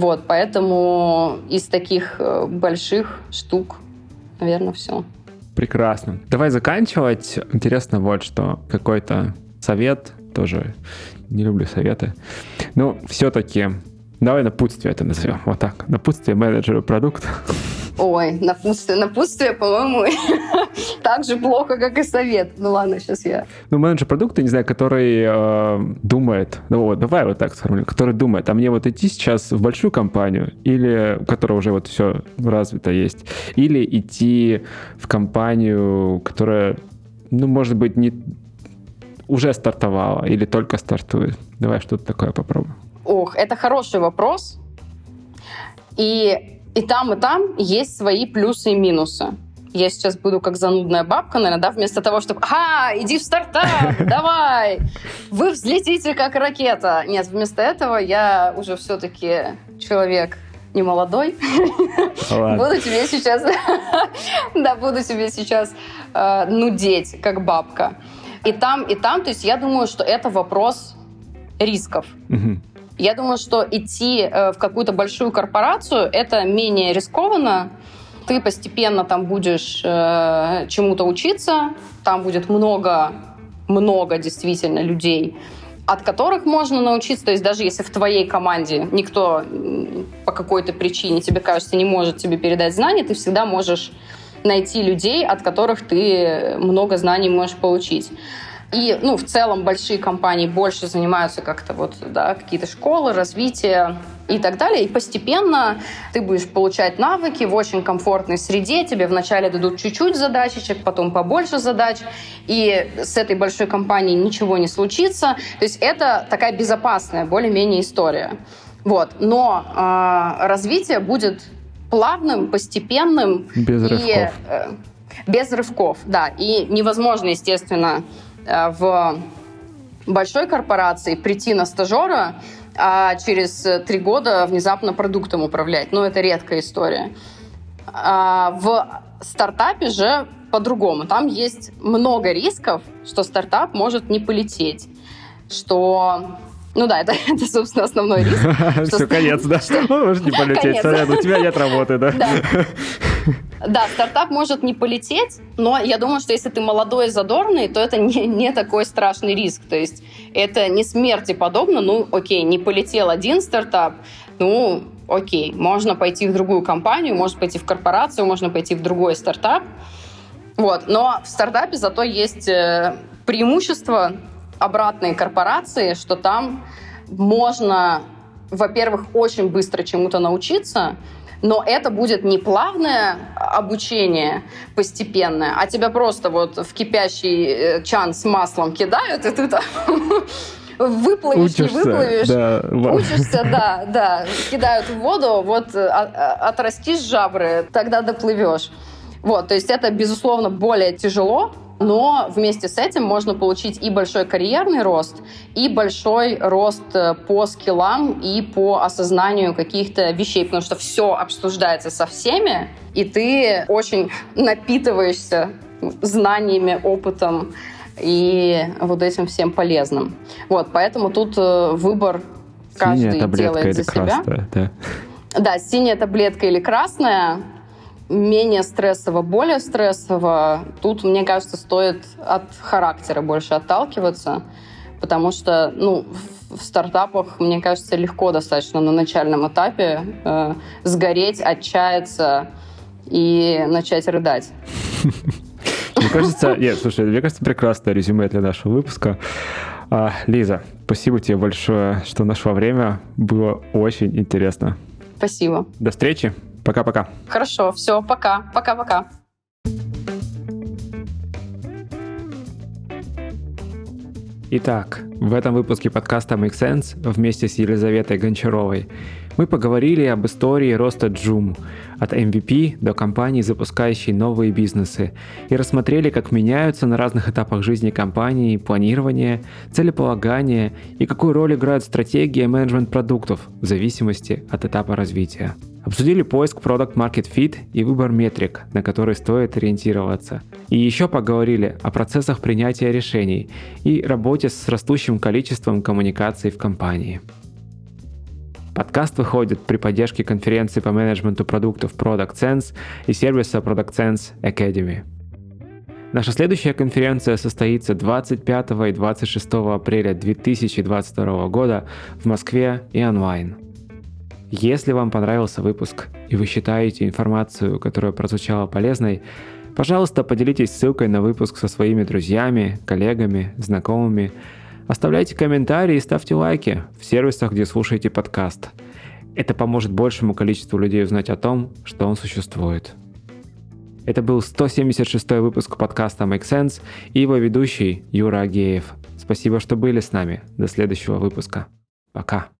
Поэтому из таких больших штук, наверное, все. Прекрасно. Давай заканчивать. Интересно вот что. Какой-то совет. Тоже не люблю советы. Все-таки давай напутствие это назовем. Вот так. Напутствие менеджера продукта. Ой, напутствие, по-моему, так же плохо, как и совет. Ладно, сейчас я... Менеджер продукта, не знаю, который думает, давай вот так сформулируем, который думает, а мне идти сейчас в большую компанию, или у которой уже все развито есть, или идти в компанию, которая, может быть, не уже стартовала, или только стартует. Давай что-то такое попробуем. Это хороший вопрос. И там есть свои плюсы и минусы. я сейчас буду как занудная бабка, наверное, да, вместо того, чтобы иди в стартап, давай, вы взлетите как ракета. Нет, вместо этого я уже все-таки человек не молодой. Буду тебе сейчас нудеть, как бабка. И там, то есть я думаю, что это вопрос рисков. Я думаю, что идти в какую-то большую корпорацию — это менее рискованно. Ты постепенно там будешь чему-то учиться, там будет много действительно людей, от которых можно научиться. То есть даже если в твоей команде никто по какой-то причине, тебе кажется, не может тебе передать знания, ты всегда можешь найти людей, от которых ты много знаний можешь получить. И, в целом большие компании больше занимаются как-то какие-то школы, развитие и так далее. И постепенно ты будешь получать навыки в очень комфортной среде. Тебе вначале дадут чуть-чуть задачечек, потом побольше задач. И с этой большой компанией ничего не случится. То есть это такая безопасная, более-менее история. Но развитие будет плавным, постепенным. Без рывков. Без рывков, да. И невозможно, естественно, в большой корпорации прийти на стажера, а через 3 года внезапно продуктом управлять. Это редкая история. В стартапе же по-другому. Там есть много рисков, что стартап может не полететь, что... это, собственно, основной риск. Все, конец, да? Может не полететь. У тебя нет работы, да? Да, стартап может не полететь, но я думаю, что если ты молодой и задорный, то это не такой страшный риск. То есть это не смерти подобно. Окей, не полетел один стартап, окей, можно пойти в другую компанию, можно пойти в корпорацию, можно пойти в другой стартап. Но в стартапе зато есть преимущество обратной корпорации, что там можно, во-первых, очень быстро чему-то научиться, но это будет не плавное обучение постепенное, а тебя просто в кипящий чан с маслом кидают, и ты там выплывешь, не выплывешь. Да. Учишься, да. Кидают в воду, отрастишь жабры, тогда доплывешь. То есть это, безусловно, более тяжело, но вместе с этим можно получить и большой карьерный рост, и большой рост по скиллам и по осознанию каких-то вещей, потому что все обсуждается со всеми, и ты очень напитываешься знаниями, опытом и этим всем полезным. Поэтому тут выбор каждый делает за себя. Да. Да, синяя таблетка или красная. Менее стрессово, более стрессово. Тут, мне кажется, стоит от характера больше отталкиваться, потому что, в стартапах, мне кажется, легко достаточно на начальном этапе сгореть, отчаяться и начать рыдать. Мне кажется, прекрасное резюме для нашего выпуска. Лиза, спасибо тебе большое, что нашло время. Было очень интересно. Спасибо. До встречи. Пока-пока. Хорошо, все, пока. Пока-пока. Итак, в этом выпуске подкаста Make Sense вместе с Елизаветой Гончаровой мы поговорили об истории роста Joom от MVP до компании, запускающей новые бизнесы, и рассмотрели, как меняются на разных этапах жизни компании планирование, целеполагание и какую роль играют стратегии и менеджмент продуктов в зависимости от этапа развития. Обсудили поиск Product Market Fit и выбор метрик, на которые стоит ориентироваться. И еще поговорили о процессах принятия решений и работе с растущим количеством коммуникаций в компании. Подкаст выходит при поддержке конференции по менеджменту продуктов Product Sense и сервиса Product Sense Academy. Наша следующая конференция состоится 25 и 26 апреля 2022 года в Москве и онлайн. Если вам понравился выпуск и вы считаете информацию, которая прозвучала полезной, пожалуйста, поделитесь ссылкой на выпуск со своими друзьями, коллегами, знакомыми. Оставляйте комментарии и ставьте лайки в сервисах, где слушаете подкаст. Это поможет большему количеству людей узнать о том, что он существует. Это был 176-й выпуск подкаста Make Sense и его ведущий Юра Агеев. Спасибо, что были с нами. До следующего выпуска. Пока.